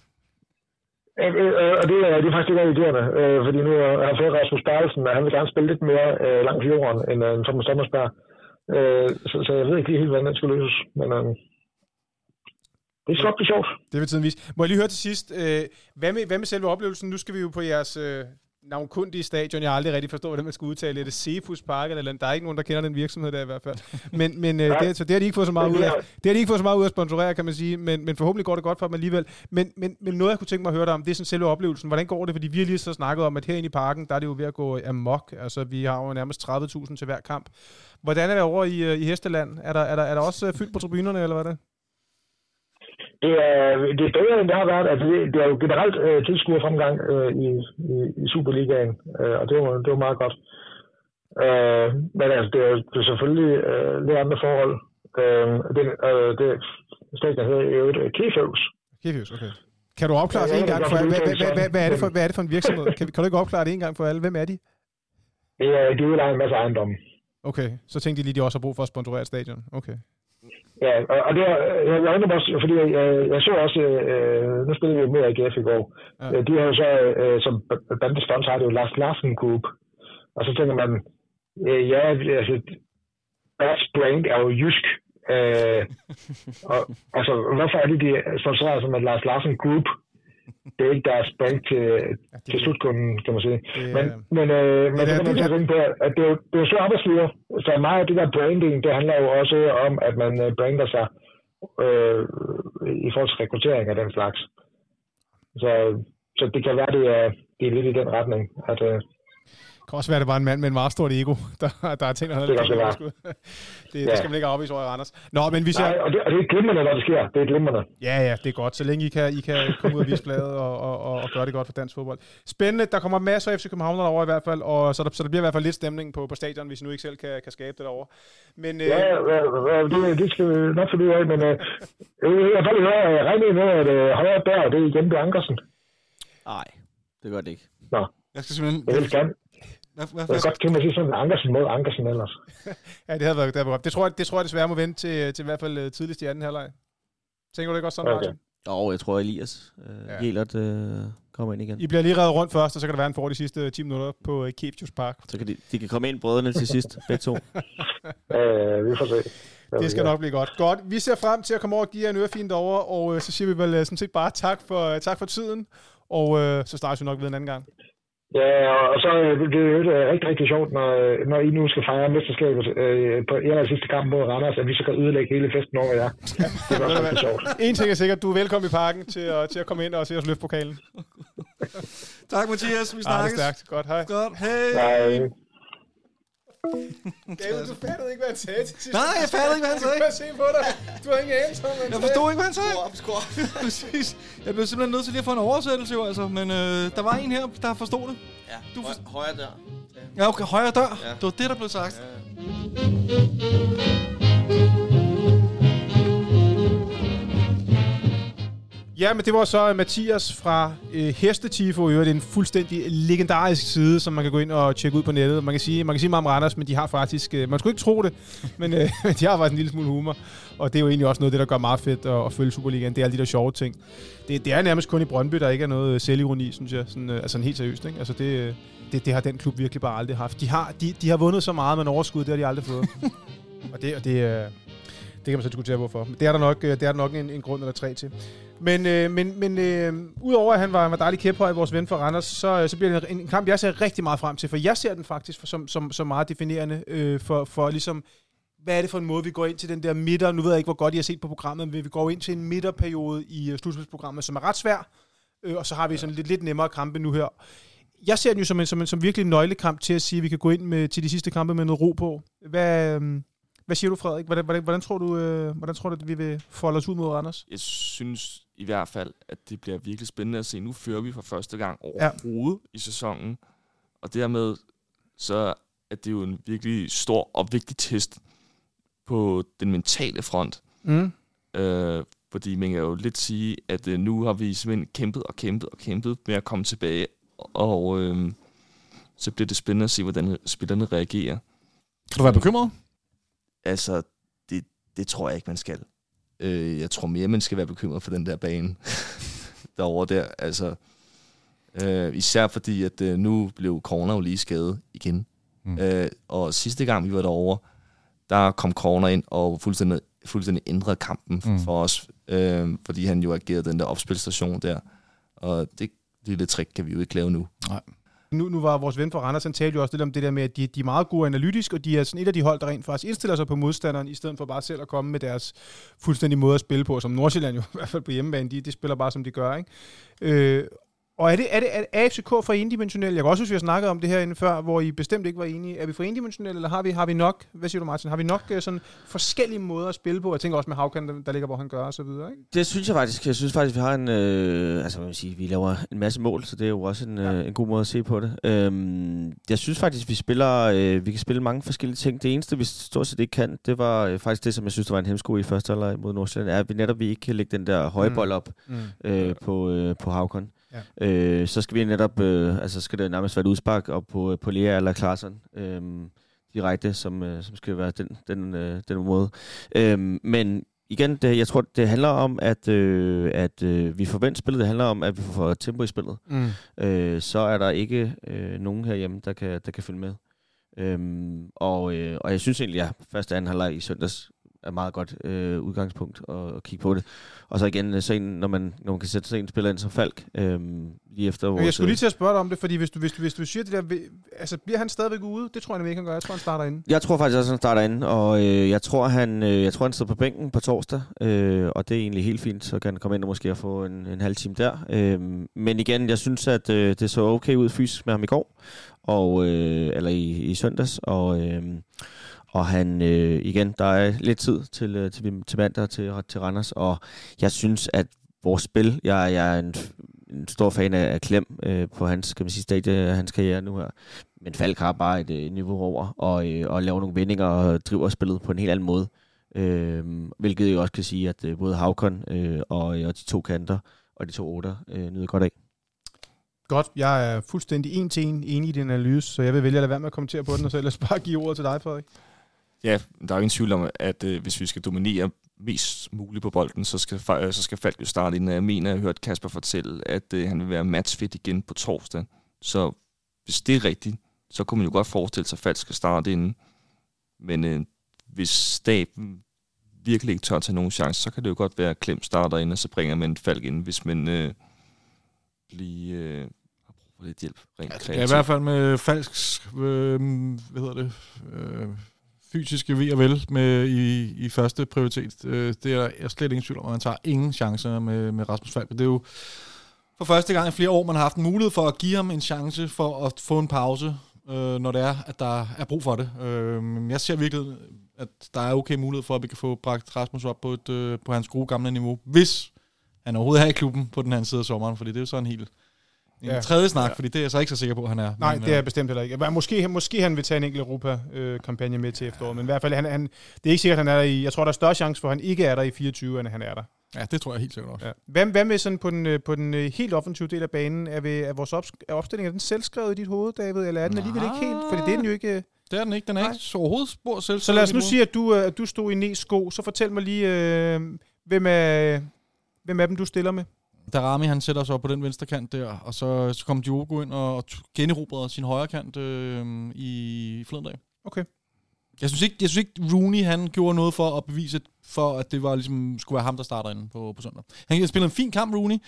Og det er faktisk ikke idéerne, fordi nu har jeg fået Rasmus Bertelsen, og han vil gerne spille lidt mere langt i jorden, end Thomas Thomasberg. Så jeg ved ikke lige helt, hvordan den skal løses, men Det skal blive sjovt. Det vil tiden vise. Må jeg lige høre til sidst, hvad med selve oplevelsen? Nu skal vi jo på jeres navnkundige stadion. Jeg har aldrig rigtig forstået, hvordan man skal udtale det. Cephus Park eller der er ikke nogen, der kender den virksomhed der i hvert fald. Men det har de ikke fået så meget ud af. Det har de ikke fået så meget ud af at sponsorere, kan man sige. Men forhåbentlig går det godt for dem alligevel. Men noget, jeg kunne tænke mig at høre dig om, det er sådan selve oplevelsen. Hvordan går det? Fordi vi har lige så snakket om, at herinde i parken, der er det jo ved at gå amok. Altså, vi har jo nærmest 30.000 til hver kamp. Hvordan er det over i Hesteland? Er der også fyldt på tribunerne, eller hvad er det? Det er bedre, end det har været. Altså, det er jo generelt tilskuerfremgang i Superligaen, og det var meget godt. Men altså, det er selvfølgelig lidt andre forhold. Det stadion hedder jo Kefeus. Kefeus, okay. Kan du opklare det en gang for alle? Hvad er det for en virksomhed? Kan du ikke opklare det en gang for alle? Hvem er de? De udlejer en masse ejendomme. Okay, så tænkte de lige, de også har brug for at sponsorere et stadion. Okay. Ja, og det jeg undrer mig også, fordi jeg så også, nu spiller vi jo med AGF i går. Ja. De har jo så, som bandesponsor har det jo Lars Larsen Group. Og så tænker man, altså, deres brand er jo jysk. Og altså, hvorfor er det, de sponsorerer som et Lars Larsen Group? Det er ikke deres brand til slutkunden, kan man sige. Men det kan man ikke tænke på, at det er jo så arbejdsgiver. Så meget af det der branding, det handler jo også om, at man brander sig i forhold til rekruttering af den slags. Så det kan være, det er lidt i den retning, at det kan også være, at det var en mand med en meget stort ego, der har tænkt, at han havde det skal man ikke afvise over i Randers. Nå, men vi ser... Nej, og det er glimrende, når det sker. Det er glimrende. Ja, det er godt. Så længe I kan komme ud af visbladet og gøre det godt for dansk fodbold. Spændende. Der kommer masser af FC København derovre i hvert fald, og så der bliver i hvert fald lidt stemning på stadion, hvis I nu ikke selv kan skabe det derovre. Men, det skal vi nok finde ud af, men jeg får lige høre, regner med, at højre der, det er igen på Ankersen. Nej, det gør det ikke. Nå. Jeg skal simpelthen... Jeg vil gerne. Jeg kan godt tænke mig at sige sådan Ankersen mod Ankersen ellers. Ja, det havde været godt. Det tror jeg desværre må vente til i hvert fald tidligst i anden halvleg. Tænker du ikke også sådan, Martin? Jo, jeg tror Elias Jelert kommer ind igen. I bliver lige reddet rundt først, og så kan det være, en får de sidste 10 minutter på Kefeus Park. Så kan de kan komme ind brødrene til sidst, begge to. Vi får se. Det skal nok blive godt. Godt. Vi ser frem til at komme over og give jer en ørefint over, og så siger vi vel sådan set bare tak for tiden, og så starter vi nok ved en anden gang. Ja, og så det er jo rigtig, rigtig sjovt, når I nu skal fejre mesterskabet på en af de sidste kampe mod Randers, at vi så kan ødelægge hele festen over jer. Det er også rigtig sjovt. En ting er sikkert, du er velkommen i parken til at komme ind og se os løfte pokalen. Tak, Mathias. Vi snakkes. Det er stærkt. Godt, hej. Godt, hej. Nej. David, du fattede ikke, hvad han sagde til sidst. Nej, jeg fattede ikke, hvad han sagde. Du kan se på dig. Du har ingen anelse om, hvad han sagde. Jeg forstod ikke, hvad han sagde. Skru op. Præcis. Jeg blev simpelthen nødt til lige at få en oversættelse, jo, altså. Men der var en her, der forstod det. Ja, højre dør. Ja, okay, højre dør. Ja. Det var det, der blev sagt. Ja. Ja, men det var så Mathias fra Hestetifo. Det er en fuldstændig legendarisk side, som man kan gå ind og tjekke ud på nettet. Man kan sige meget om Randers, men de har faktisk... man skulle ikke tro det, men de har faktisk en lille smule humor. Og det er jo egentlig også noget af det, der gør meget fedt at følge Superligaen. Det er alle de der sjove ting. Det er nærmest kun i Brøndby, der ikke er noget selvironi, synes jeg. Sådan helt seriøst, ikke? Altså det har den klub virkelig bare aldrig haft. De har vundet så meget, men overskud, det har de aldrig fået. og det kan man så diskutere, hvorfor. Men det er der nok en grund eller tre til. Men udover at han var dejlig kæphøj, vores ven fra Randers, så bliver det en kamp, jeg ser rigtig meget frem til. For jeg ser den faktisk som meget definerende for ligesom, hvad er det for en måde, vi går ind til den der midter. Nu ved jeg ikke, hvor godt I har set på programmet, men vi går ind til en midterperiode i slutspilsprogrammet, som er ret svær. Og så har vi sådan lidt nemmere kampe nu her. Jeg ser den jo som virkelig en nøglekamp til at sige, at vi kan gå ind til de sidste kampe med noget ro på. Hvad siger du, Frederik? Hvordan tror du, at vi vil folde os ud mod Randers? Jeg synes i hvert fald, at det bliver virkelig spændende at se. Nu fører vi for første gang overhovedet i sæsonen. Og dermed så er det jo en virkelig stor og vigtig test på den mentale front. Fordi man kan jo lidt sige, at nu har vi simpelthen kæmpet med at komme tilbage. Og så bliver det spændende at se, hvordan spillerne reagerer. Kan du være bekymret? Altså, det tror jeg ikke, man skal. Jeg tror mere, man skal være bekymret for den der bane derovre der. Altså, især fordi, at nu blev Corner jo lige skadet igen. Og sidste gang, vi var derovre, der kom Corner ind og fuldstændig ændrede kampen for os, fordi han jo agerede den der opspilstation der. Og det lille trick kan vi jo ikke lave nu. Nej. Nu var vores ven fra Randers, han talte jo også lidt om det der med, at de er meget gode analytisk, og de er sådan et af de hold, der rent faktisk indstiller sig på modstanderen, i stedet for bare selv at komme med deres fuldstændige måde at spille på, som Nordsjælland jo i hvert fald på hjemmebane, de spiller bare, som de gør, ikke? Og er AFCK for endimensionelle? Jeg kan også huske, at vi har snakket om det her inden før, hvor I bestemt ikke var enige. Er vi for endimensionelle, eller har vi nok, hvad siger du, Martin, har vi nok sådan forskellige måder at spille på? Jeg tænker også med Haukan, der ligger, hvor han gør, og så videre, ikke? Det synes jeg faktisk. Jeg synes faktisk, vi har en, altså hvad man siger, vi laver en masse mål, så det er jo også en god måde at se på det. Jeg synes faktisk, vi kan spille mange forskellige ting. Det eneste, vi stort set ikke kan, det var faktisk det, som jeg synes, der var en hemsko i første halvleg mod Nordsjælland, er, at vi ikke kan lægge den der høje bold op på Haukan. Ja. Så skal vi netop, skal det nærmest være et udspark op på Lea eller Klaarsson direkte, som skal være den måde. Men igen, jeg tror, det handler om, at vi forventer spillet. Det handler om, at vi får tempo i spillet. Så er der ikke nogen herhjemme, der kan følge med. Og jeg synes egentlig, at første anden halvleg i søndags er meget godt udgangspunkt at kigge på det. Og så igen, når man kan sætte sig en spiller ind som Falk, lige efter vores... Jeg skulle lige til at spørge dig om det, fordi hvis du siger det der, altså bliver han stadigvæk ude? Det tror jeg nemlig ikke, han gør. Jeg tror, han starter inde. Jeg tror faktisk også, han starter inde, og jeg tror, han sidder på bænken på torsdag, og det er egentlig helt fint, så kan han komme ind og måske få en halv time der. Men igen, jeg synes, at det så okay ud fysisk med ham i går, eller i søndags, og han, igen, der er lidt tid til mandag til Randers, og jeg synes, at vores spil, jeg er en stor fan af Klem på hans, kan man sige, stadie af hans karriere nu her. Men Falk har bare et niveau over, og laver nogle vendinger og driver spillet på en helt anden måde. Hvilket jeg også kan sige, at både Haukan og de to kanter og de to otter nyder godt af. Godt, jeg er fuldstændig enig i din analyse, så jeg vil vælge at lade være med at kommentere på den, og så ellers bare give ordet til dig, Frederik. Ja, der er jo ingen tvivl om, at hvis vi skal dominere mest muligt på bolden, så skal Falk jo starte inden. Jeg mener, jeg har hørt Kasper fortælle, at han vil være matchfit igen på torsdag. Så hvis det er rigtigt, så kunne man jo godt forestille sig, at Falk skal starte inden. Men hvis staben virkelig ikke tør tage nogen chance, så kan det jo godt være, at Klem starter ind, og så bringer man Falk ind, hvis man lige har brug for lidt hjælp. Ja, i hvert fald med Falks, fysiske ved og vel med i første prioritet. Det er jeg slet ingen tvivl om, at man tager ingen chancer med Rasmus Falk. Det er jo for første gang i flere år, man har haft en mulighed for at give ham en chance for at få en pause, når det er, at der er brug for det. Jeg ser virkelig, at der er okay mulighed for, at vi kan få bragt Rasmus op på hans gode gamle niveau, hvis han overhovedet er i klubben på den her side af sommeren, fordi det er jo sådan helt en tredje snak, fordi det er jeg så ikke så sikker på, at han er. Nej, det er jeg bestemt heller ikke. Måske han vil tage en enkelt Europa-kampagne med til efteråret, men i hvert fald, det er ikke sikkert, at han er der i... Jeg tror, der er større chance for, at han ikke er der i 24, end han er der. Ja, det tror jeg helt sikkert også. Ja. Hvad med sådan på den helt offensive del af banen? Er vores opstilling, er den selvskrevet i dit hoved, David, eller er den alligevel ikke helt? Fordi det er den jo ikke... Det er den ikke. Den er ikke så overhovedet spor selvskrevet. Så lad os nu sige, at du stod i Næs sko. Så fortæl mig lige, hvem af dem du stiller med? Darami, han sætter sig op på den venstre kant der, og så kom Diogo ind og generobrede sin højre kant i forleden dag. Okay. Jeg synes ikke Rooney, han gjorde noget for at bevise, for at det var ligesom, skulle være ham, der starter inde på søndag. Han spiller en fin kamp, Rooney.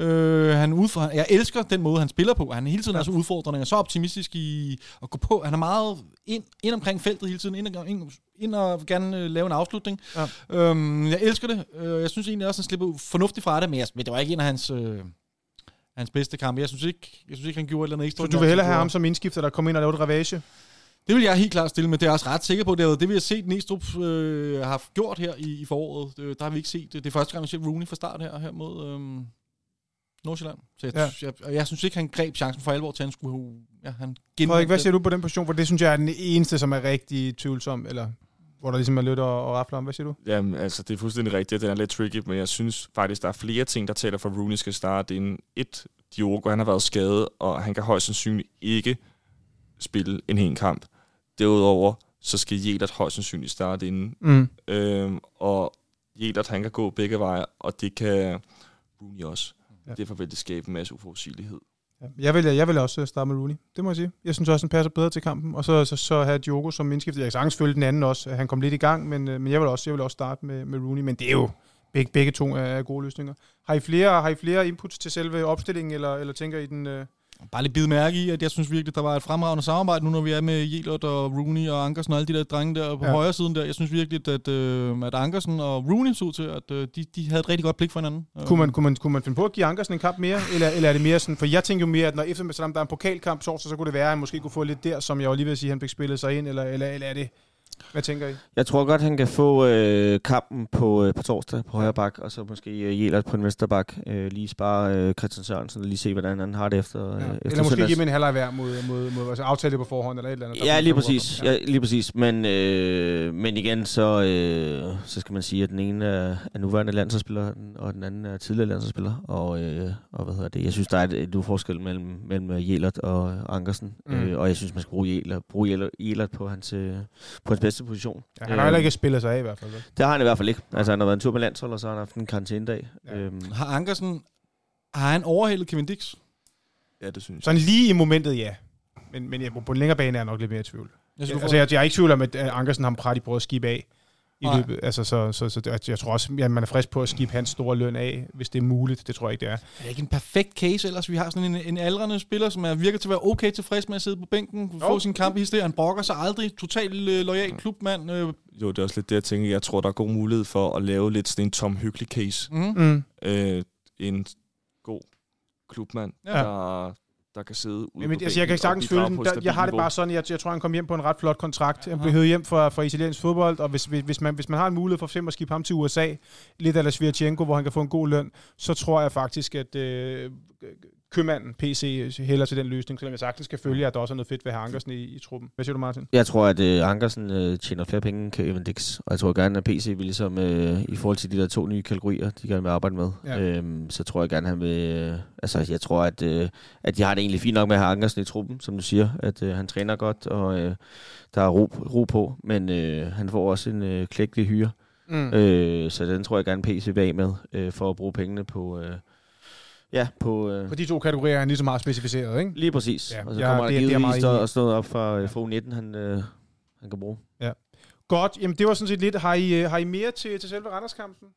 Jeg elsker den måde, han spiller på. Han er hele tiden så udfordrende, og så optimistisk i at gå på. Han er meget ind omkring feltet hele tiden, ind og gerne lave en afslutning. Ja. Jeg elsker det. Jeg synes egentlig også, han slipper fornuftigt fra det, men det var ikke en af hans bedste kampe. Jeg synes ikke, han gjorde et eller andet ekstra. Så du vil hellere have ham som indskifter, der kommer ind og laver et ravage? Det vil jeg helt klart stille med. Det er jeg også ret sikker på. Det vi har set Næstrup har gjort her i foråret. Der har vi ikke set det. Det er første gang, vi ser Rooney fra start her mod Nordsjælland. Så jeg synes ikke, han greb chancen for alvor til, at han skulle... Ja, han Frederik, hvad siger du på den position? For det synes jeg er den eneste, som er rigtig tvivlsom, eller hvor der ligesom er lidt at rafle om. Hvad siger du? Jamen, altså, det er fuldstændig rigtigt. Den er lidt tricky, men jeg synes faktisk, der er flere ting, der taler for, at Rooney skal starte inden. Diogo, han har været skadet, og han kan højst sandsynligt ikke spille en hel kamp. Derudover, så skal Jelert højst sandsynligt starte inden. Og Jelert, han kan gå begge veje, og det kan Rooney også. Ja. Derfor vil det skabe en masse uforudsigelighed. Jeg vil også starte med Rooney. Det må jeg sige. Jeg synes også, han passer bedre til kampen. Og så have Diogo som indskiftet. Jeg kan sagtens følge den anden også. Han kom lidt i gang, men jeg vil også starte med Rooney. Men det er jo begge to er gode løsninger. Har I flere inputs til selve opstillingen, eller tænker I den... Bare lige bide mærke i, at jeg synes virkelig, der var et fremragende samarbejde nu, når vi er med Jelert og Rooney og Ankersen og alle de der drenge der på højre siden der. Jeg synes virkelig, at Ankersen og Rooney så til, at de havde et rigtig godt blik for hinanden. Kunne man finde på at give Ankersen en kamp mere, eller er det mere sådan... For jeg tænker jo mere, at når efter der er en pokalkamp så kunne det være, at han måske kunne få lidt der, som jeg var lige ved at sige, at han fik spillet sig ind, eller er det... Hvad tænker I? Jeg tror godt, han kan få kampen på torsdag på højre bak, og så måske Jelert på en venstre bak. Lige spare Christian Sørensen og lige se, hvordan han har det efter eller måske give en halvleg hver mod altså aftale på forhånd eller et eller andet. Ja, lige præcis. Ja, lige præcis. Men igen, så skal man sige, at den ene er nuværende landsholdsspiller, og den anden er tidligere landsholdsspiller. Og hvad hedder det? Jeg synes, der er et forskel mellem Jelert og Ankersen. Og jeg synes, man skal bruge Jelert på hans bedste position. Ja, han har heller ikke spillet sig af i hvert fald. Det har han i hvert fald ikke. Altså, han har været en tur med landshold, og så har han haft en karantænedag. Ja. Har Ankersen... Har han overhældet Kevin Dix? Ja, det synes jeg. Sådan lige i momentet, ja. Men på en længere bane er jeg nok lidt mere i tvivl. Jeg er ikke tvivl om, at Ankersen har præt i prøvet at skibe af i løbet. Altså, så jeg tror også, at man er frisk på at skibe hans store løn af, hvis det er muligt. Det tror jeg ikke, det er. Er det ikke en perfekt case ellers? Vi har sådan en aldrende spiller, som virker til at være okay tilfreds med at sidde på bænken, få sin kamp i historie. Han brokker sig aldrig. Totalt loyal klubmand. Jo, det er også lidt det, jeg tænker. Jeg tror, der er god mulighed for at lave lidt sådan en Tom Hyggelig case. En god klubmand, der kan sidde ude på bænken. Jeg kan sagtens føle den. Jeg har det bare sådan, jeg tror, han kom hjem på en ret flot kontrakt. Han blev hævet hjem fra italiensk fodbold, og hvis man har en mulighed for eksempel at skifte ham til USA, lidt eller Svirchenko, hvor han kan få en god løn, så tror jeg faktisk, at købmanden PC hælder til den løsning, selvom jeg sagtens skal følge, at der også er noget fedt ved at have Ankersen i truppen. Hvad siger du, Martin? Jeg tror, at Ankersen tjener flere penge end Kevin Dix, og jeg tror gerne, at PC vil ligesom, i forhold til de der 2 nye kategorier, de gerne vil arbejde med, så tror jeg gerne, han vil... jeg tror, at de har det egentlig fint nok med at have Ankersen i truppen, som du siger, at han træner godt, og der er ro på, men han får også en klækkelig hyre. Så den tror jeg gerne, PC vil af med, for at bruge pengene på... på de 2 kategorier er han ligesom meget specificeret, ikke? Lige præcis. Ja, og så kommer der givetvis også noget op fra U19, han kan bruge. Ja. Godt, jamen det var sådan set lidt. Har I mere til selve Randerskampen?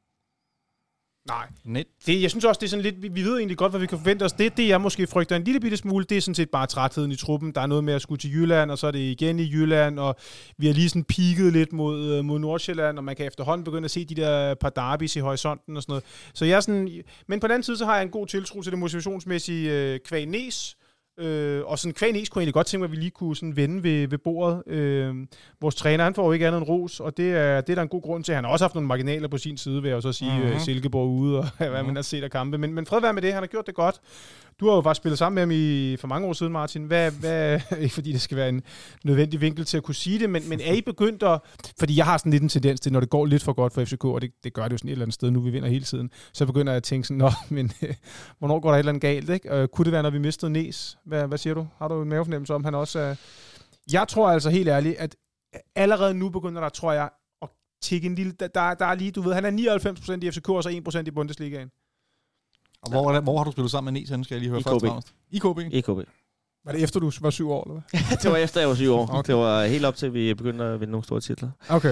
Nej. Jeg synes også, det er sådan lidt, vi ved egentlig godt, hvad vi kan forvente os. Det jeg måske frygter en lille bitte smule, det er sådan set bare trætheden i truppen. Der er noget med at skulle til Jylland, og så er det igen i Jylland, og vi har lige sådan peaket lidt mod Nordsjælland, og man kan efterhånden begynde at se de der par derbys i horisonten og sådan noget. Så jeg er sådan, men på den anden side, så har jeg en god tiltro til det motivationsmæssige kvæg Næs. Og sådan kvæg Næs kunne jeg egentlig godt tænke mig, at vi lige kunne sådan vende ved bordet. Vores træner, han får jo ikke andet end ros, og det er der en god grund til. Han har også haft nogle marginaler på sin side, vil jeg jo så sige, Silkeborg ude, og hvad man har set af kampe. Men fred være med det, han har gjort det godt. Du har jo faktisk spillet sammen med ham for mange år siden, Martin. Hvad ikke fordi det skal være en nødvendig vinkel til at kunne sige det, men er I begyndt at... Fordi jeg har sådan lidt en tendens til, når det går lidt for godt for FCK, og det gør det jo sådan et eller andet sted, nu vi vinder hele tiden, så begynder jeg at tænke sådan, men hvornår går der et eller andet galt, ikke? Kunne det være, når vi mistede Næs? Hvad siger du? Har du en mavefornemmelse om, han også er... Jeg tror altså helt ærligt, at allerede nu begynder der, tror jeg, at tikke en lille... Der er lige, du ved, han er 99% i FCK, og så 1% i Bundesligaen. Og hvor har du spillet sammen med Næs, skal jeg lige høre først? IKB. Var det efter, du var 7 år, eller hvad? Det var efter, jeg var 7 år. Okay. Det var helt op til, at vi begyndte at vinde nogle store titler. Okay.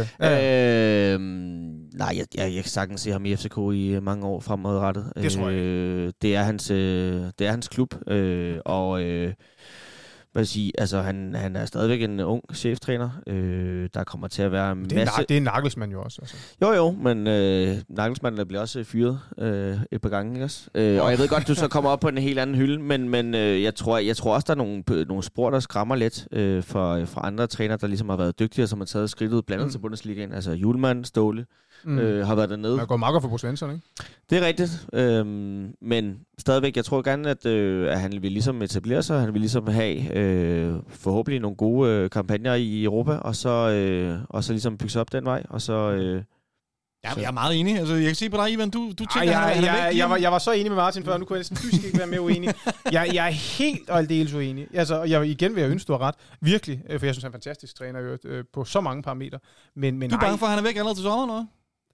Nej, jeg kan sagtens se ham i FCK i mange år fremadrettet. Det tror jeg. Det er hans klub, og... hvad vil sige, altså han er stadigvæk en ung cheftræner. Der kommer til at være masse... Det er Nagelsmann jo også. Altså. Jo, men Nagelsmann bliver også fyret et par gange, ikke også? Og jeg ved godt, du så kommer op på en helt anden hylde, men jeg tror også, der er nogle spor, der skræmmer lidt for andre trænere, der ligesom har været dygtigere, som har taget skridtet blandt andet til Bundesligaen. Altså Hjulmand, Ståle har været dernede. Man går meget godt for Bo Svensson, ikke? Det er rigtigt, men stadigvæk, jeg tror gerne, at han vil ligesom etablere sig, han vil ligesom have forhåbentlig nogle gode kampagner i Europa, og så ligesom bygge sig op den vej, og så... Jeg er meget enig. Altså, jeg kan se på dig, Ivan, du tænker, jeg var så enig med Martin før, nu kunne jeg næsten fysisk ikke være mere uenig. Jeg er helt og aldeles uenig. Altså, igen vil jeg ønske, du har ret. Virkelig, for jeg synes, han er en fantastisk træner på så mange parametre. Men du er bange for, at han er væk allerede til sommer, eller?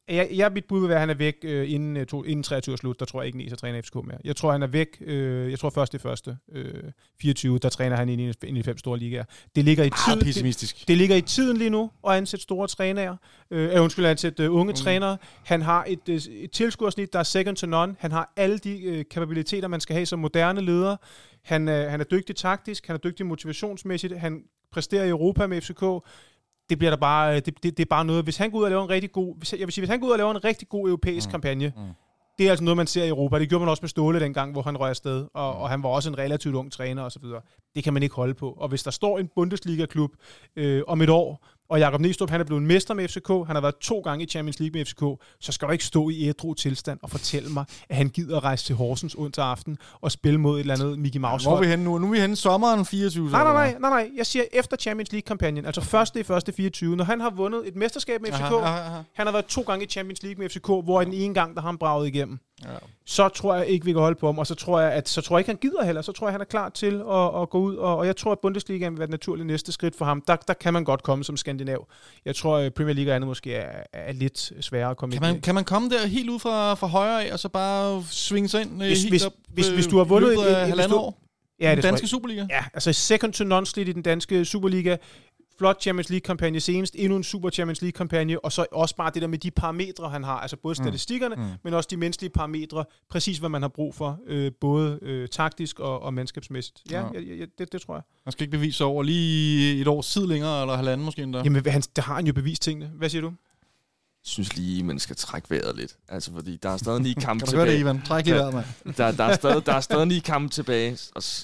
Mit bud vil være, at han er væk inden 23 slut. Der tror jeg ikke, Næs træner FCK mere. Jeg tror, han er væk. Jeg tror først det første 24, der træner han ind i de 5 store ligaer. Det ligger i tiden. Pessimistisk. Det ligger i tiden lige nu at ansætte store trænere. Ansætte unge trænere. Han har et tilskuersnit, der er second to none. Han har alle de kapabiliteter, man skal have som moderne leder. Han er dygtig taktisk. Han er dygtig motivationsmæssigt. Han præsterer i Europa med FCK. Det bliver der bare, det er bare noget. Hvis han går ud og laver en rigtig god, hvis han går ud og laver en rigtig god europæisk kampagne, det er altså noget, man ser i Europa. Det gjorde man også med Ståle dengang, hvor han røg afsted, og han var også en relativt ung træner og så videre. Det kan man ikke holde på. Og hvis der står en Bundesliga-klub om et år, og Jakob Næstrup, han er blevet mester med FCK, han har været 2 gange i Champions League med FCK, så skal du ikke stå i ædru tilstand og fortælle mig, at han gider at rejse til Horsens onsdag aften og spille mod et eller andet Mickey Mouse. Hvor er vi henne nu? Nu er vi henne sommeren 24. Nej. Jeg siger efter Champions League-kampagnen, altså første 24. Når han har vundet et mesterskab med FCK, han har været 2 gange i Champions League med FCK, hvor i den ene gang, der har han braget igennem. Ja. Så tror jeg ikke, vi kan holde på ham, og så tror jeg ikke, han gider heller. Så tror jeg, han er klar til at gå ud, og jeg tror, at Bundesliga vil være det naturlige næste skridt for ham. Der kan man godt komme som skandinav. Jeg tror, at Premier League og andet måske er lidt sværere at komme ind i. Kan man komme der helt ud fra højre af, og så bare svinge sig ind hvis du har vundet halvandet år? Ja, den danske Superliga? Ja, altså second to none slit i den danske Superliga. Flot Champions League-kampagne senest, endnu en super Champions League-kampagne, og så også bare det der med de parametre, han har, altså både statistikkerne, men også de menneskelige parametre, præcis hvad man har brug for, både taktisk og mandskabsmæssigt. Ja. Det tror jeg. Han skal ikke bevise over lige et års tid længere, eller halvanden måske endda? Jamen, der har han jo bevist tingene. Hvad siger du? Jeg synes lige, man skal trække vejret lidt. Altså, fordi der er stadig 9 kampe tilbage. Kan du høre det, Ivan? Træk lige vejret, mand. Der er stadig 9 kampe tilbage,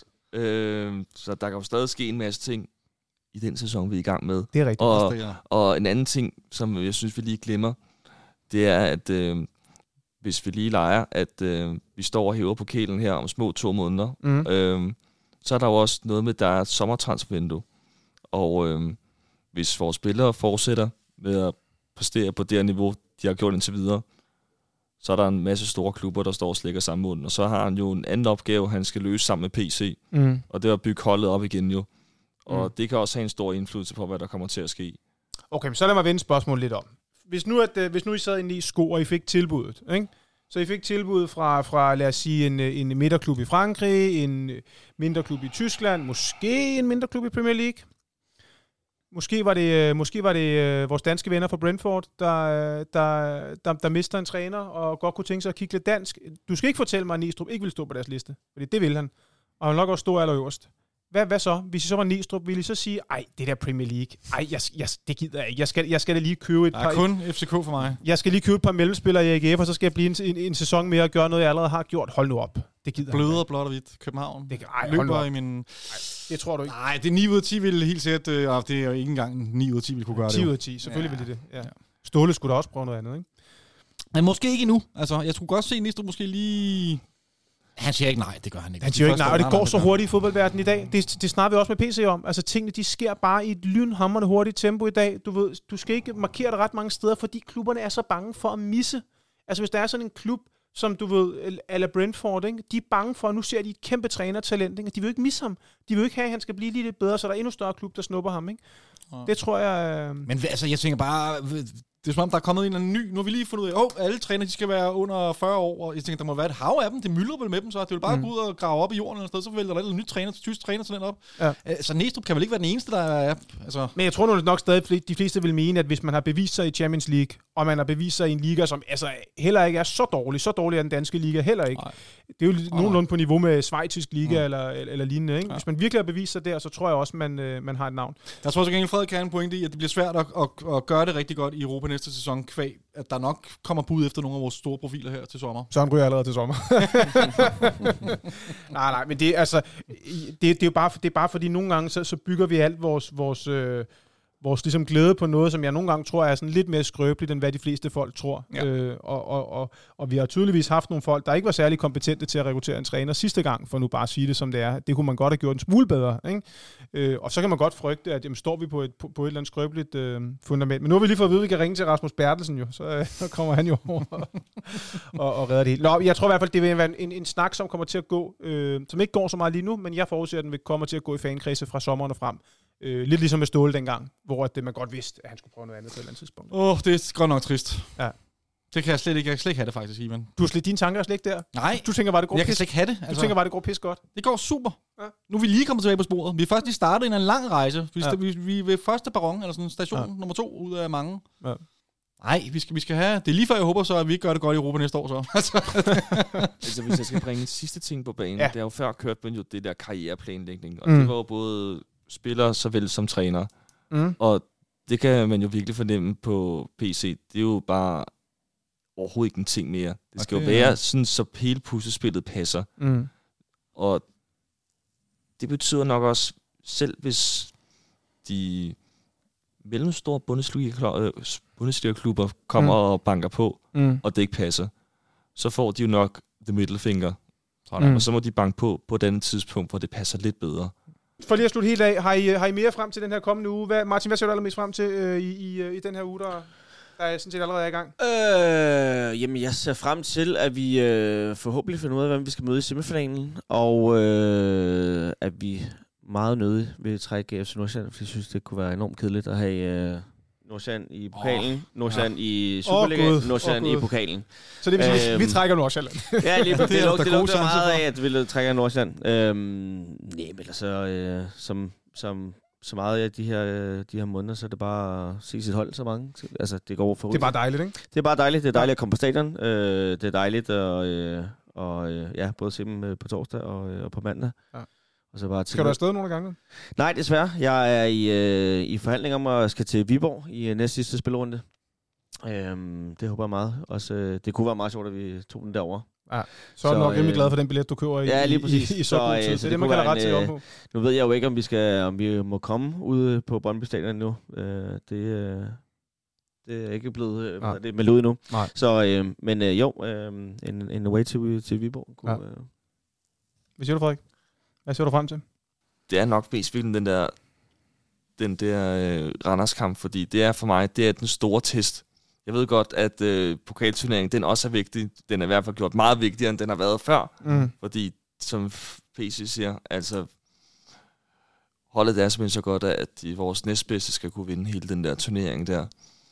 så der kan jo stadig ske en masse ting i den sæson, vi er i gang med. Det er rigtigt. Og en anden ting, som jeg synes, vi lige glemmer, det er, at hvis vi lige leger, at vi står og hæver på kælen her om små 2 måneder, så er der jo også noget med, der er et sommertransfervindue. Og hvis vores spillere fortsætter med at præstere på det her niveau, de har gjort indtil videre, så er der en masse store klubber, der står og slikker sammen munden. Og så har han jo en anden opgave, han skal løse sammen med PC. Og det er at bygge holdet op igen jo. Og det kan også have en stor indflydelse på, hvad der kommer til at ske. Okay, så lad mig vende spørgsmålet lidt om. Hvis nu I sad inde i sko, og I fik tilbuddet, ikke? Så I fik tilbuddet fra lad os sige, en midterklub i Frankrig, en mindre klub i Tyskland, måske en mindre klub i Premier League. Måske var det vores danske venner fra Brentford, der mister en træner, og godt kunne tænke sig at kigge lidt dansk. Du skal ikke fortælle mig, at Næstrup ikke vil stå på deres liste, fordi det vil han. Og han vil nok også stå allerøverst. Hvad så? Hvis I så var Næstrup, ville I så sige, ej, det der Premier League, det gider jeg ikke. Jeg skal da lige købe et par... kun FCK for mig. Jeg skal lige købe et par mellemspillere i AGF, og så skal jeg blive en sæson mere og gøre noget, jeg allerede har gjort. Hold nu op. Det gider jeg. Bløder, blåt og hvidt. København. Løber i min... det tror du ikke. Nej, det er 9 ud af 10 ville helt sikkert... det er jo ikke engang 9 ud af 10 ville kunne gøre 10 ud af 10, selvfølgelig ville det. Ja. Ståle skulle da også prøve noget andet, ikke? Men måske ikke endnu. Altså, jeg skulle godt se Næstrup måske lige... Han siger ikke nej, det gør han ikke. Han siger ikke nej, og det går så hurtigt i fodboldverdenen i dag. Det snakker vi også med PC om. Altså tingene, de sker bare i et lynhamrende hurtigt tempo i dag. Du ved, du skal ikke markere det ret mange steder, fordi klubberne er så bange for at misse. Altså hvis der er sådan en klub, som du ved, a la Brentford, ikke? De er bange for, at nu ser de et kæmpe trænertalent, ikke? De vil jo ikke misse ham. De vil jo ikke have, at han skal blive lidt bedre, så der er endnu større klub, der snupper ham, ikke? Det tror jeg... Men altså, jeg tænker bare... Det er som om, der er kommet en eller anden ny. Nu har vi lige fundet ud af, alle trænere, de skal være under 40 år, og jeg tænker, der må være et hav af dem. Det myldrer vel med dem, så det vil bare gå ud og grave op i jorden eller sted, så vælger der et nyt træner, tysk træner til den op. Ja. Så Næstrup kan vel ikke være den eneste, der er... Altså. Men jeg tror nu nok stadig, de fleste vil mene, at hvis man har bevist sig i Champions League, og man har bevist sig i en liga, som altså heller ikke er så dårlig er den danske liga heller ikke. Nej. Det er jo nogenlunde på niveau med schweizisk liga eller lignende. Ikke? Ja. Hvis man virkelig har bevist sig der, så tror jeg også, man har et navn. Jeg tror også, at Frederik kan en pointe i, at det bliver svært at gøre det rigtig godt i Europa næste sæson, kvæg, at der nok kommer bud efter nogle af vores store profiler her til sommer. Så han ryger allerede til sommer. nej, men det er altså, det er jo bare fordi nogle gange, så bygger vi alt vores ligesom glæde på noget, som jeg nogle gange tror er sådan lidt mere skrøbeligt, end hvad de fleste folk tror. Ja. Og vi har tydeligvis haft nogle folk, der ikke var særlig kompetente til at rekruttere en træner sidste gang, for nu bare at sige det, som det er. Det kunne man godt have gjort en smule bedre. Ikke? Og så kan man godt frygte, at jamen, står vi på et eller andet skrøbeligt fundament. Men nu har vi lige fået at vide, at vi kan ringe til Rasmus Bertelsen jo, så kommer han jo over og redder det hele. Nå, jeg tror i hvert fald, det vil være en snak, som kommer til at gå, som ikke går så meget lige nu, men jeg forudser, at den vil komme til at gå i fankredse fra sommeren og frem. Lidt ligesom med Ståle dengang, hvor man godt vidste, at han skulle prøve noget andet på et eller andet tidspunkt. Det er godt nok trist. Ja. Det kan jeg slet ikke have det faktisk, Ivan. Du har slet dine tanker slet ikke der? Nej. Du tænker bare, det går jeg kan slet ikke have det. Du tænker bare, det går pis godt? Det går super. Ja. Nu er vi lige kommet tilbage på sporet. Vi er først lige startet en lang rejse. Vi er ved første perron, eller sådan station nummer 2 ud af mange. Ja. Nej, vi skal have... Det er lige før, jeg håber så, at vi ikke gør det godt i Europa næste år, så. Altså, hvis jeg skal bringe en sidste ting på banen, det er jo før kørt man jo det der karriereplanlægning, og det var jo både spillere såvel som træner. Og det kan man jo virkelig fornemme på PC. Det er jo bare overhovedet ikke en ting mere. Det skal jo være sådan, så hele puslespillet passer. Og det betyder nok også, selv hvis de mellemstore Bundesliga-klubber kommer og banker på, og det ikke passer, så får de jo nok the middle finger. Og så må de banke på et andet tidspunkt, hvor det passer lidt bedre. For lige at slutte helt af, har I mere frem til den her kommende uge? Martin, hvad ser du allermest frem til i den her uge, der er sådan set allerede i gang? Jamen, jeg ser frem til, at vi forhåbentlig finder ud af, hvem vi skal møde i semifinalen, og at vi meget nødigt vil trække FC Nordsjælland, for jeg synes, det kunne være enormt kedeligt at have Nordsjælland i pokalen, Nordsjælland i Superligaen, Nordsjælland i pokalen. Så det vil sige, vi trækker Nordsjælland. Ja, lige det lugter meget af, at vi trækker Nordsjælland. Nej, men altså, så meget af de her måneder, så er det bare at se sit hold så mange. Altså, det går for. Det er bare dejligt, ikke? Det er bare dejligt. Det er dejligt at komme på stadion. Det er dejligt at både se dem på torsdag og på mandag. Ja. Og så bare skal du afsted nogle gange? Nej, desværre. Jeg er i forhandling om at skal til Viborg i næste sidste spillerunde. Det håber jeg meget. Også, det kunne være meget sjovt, at vi tog den derover. Ja, så er du nok rimelig glad for den billet, du køber i så god tid. Så det man kan ret til på. Nu ved jeg jo ikke, om vi må komme ud på Brøndby Stadion nu. Det er ikke blevet meldt ud endnu. Så, men en way til Viborg. Hvad siger du, Frederik? Hvad ser du frem til? Det er nok mest vildt den der Randers-kamp, fordi det er for mig, det er den store test. Jeg ved godt, at pokalturneringen, den også er vigtig. Den er i hvert fald gjort meget vigtigere, end den har været før. Fordi, som PC siger, altså holdet er simpelthen så godt, at vores næstbedste skal kunne vinde hele den der turnering der.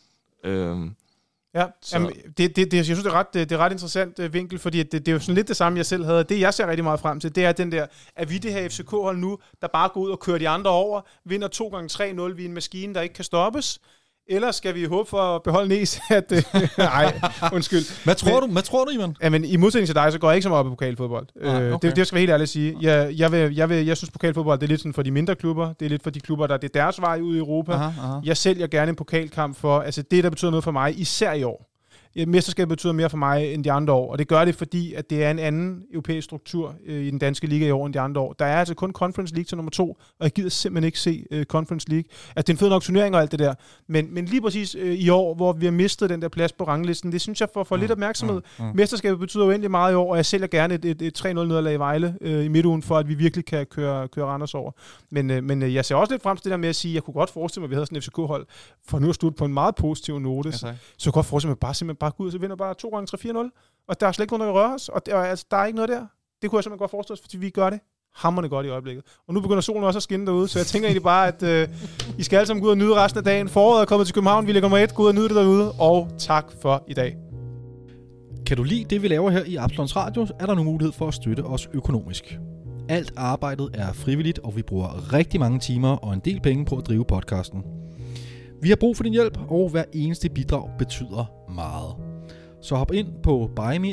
Ja, jamen, jeg synes, det er ret interessant vinkel, fordi det er jo sådan lidt det samme, jeg selv havde. Det, jeg ser rigtig meget frem til, det er den der, at vi det her FCK-hold nu, der bare går ud og kører de andre over, vinder 2x3-0 ved en maskine, der ikke kan stoppes. Eller skal vi håbe for at beholde næs, at... Nej, undskyld. Hvad tror du, Ivan? Jamen, i modsætning til dig, så går jeg ikke så meget op i pokalfodbold. Okay. Det skal være helt ærligt at sige. Jeg synes, pokalfodbold, det er lidt sådan for de mindre klubber. Det er lidt for de klubber, der det er deres vej ud i Europa. Aha. Jeg sælger gerne en pokalkamp for... Altså, det, der betyder noget for mig, især i år. Mesterskabet betyder mere for mig end de andre år, og det gør det, fordi at det er en anden europæisk struktur i den danske liga i år end de andre år. Der er altså kun Conference League til nummer 2, og jeg gider simpelthen ikke se Conference League. Altså, det er en fed nok turnering og alt det der, men lige præcis i år, hvor vi har mistet den der plads på ranglisten, det synes jeg får lidt opmærksomhed. Mesterskabet betyder uendelig meget i år, og jeg sælger gerne et 3-0 nederlag i Vejle i midtugen, for at vi virkelig kan køre Randers over. Men jeg ser også lidt frem til det der med at sige, at jeg kunne godt forestille mig, at vi havde sådan en FCK-hold, for nu at slutte på en meget positiv note, så jeg kunne godt forestille mig, at bare gå ud, så vinder bare 2x3-4-0, og der er slet ikke nogen, der kan røre os, og altså, der er ikke noget der. Det kunne jeg simpelthen godt forestille os, fordi vi gør det hamrende godt i øjeblikket. Og nu begynder solen også at skinne derude, så jeg tænker egentlig bare, at I skal alle sammen gå ud og nyde resten af dagen. Foråret er kommet til København, vi ligger nummer 1, gå ud og nyde det derude, og tak for i dag. Kan du lide det, vi laver her i Absalons Radio, er der nu mulighed for at støtte os økonomisk. Alt arbejdet er frivilligt, og vi bruger rigtig mange timer og en del penge på at drive podcasten. Vi har brug for din hjælp, og hver eneste bidrag betyder meget. Så hop ind på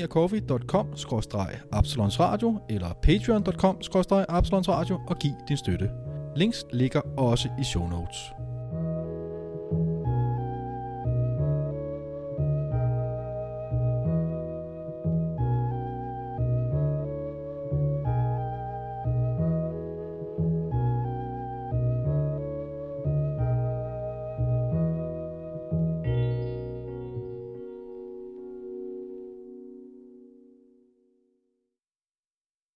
buymeacoffee.com/absalonsradio eller patreon.com/absalonsradio og giv din støtte. Links ligger også i show notes.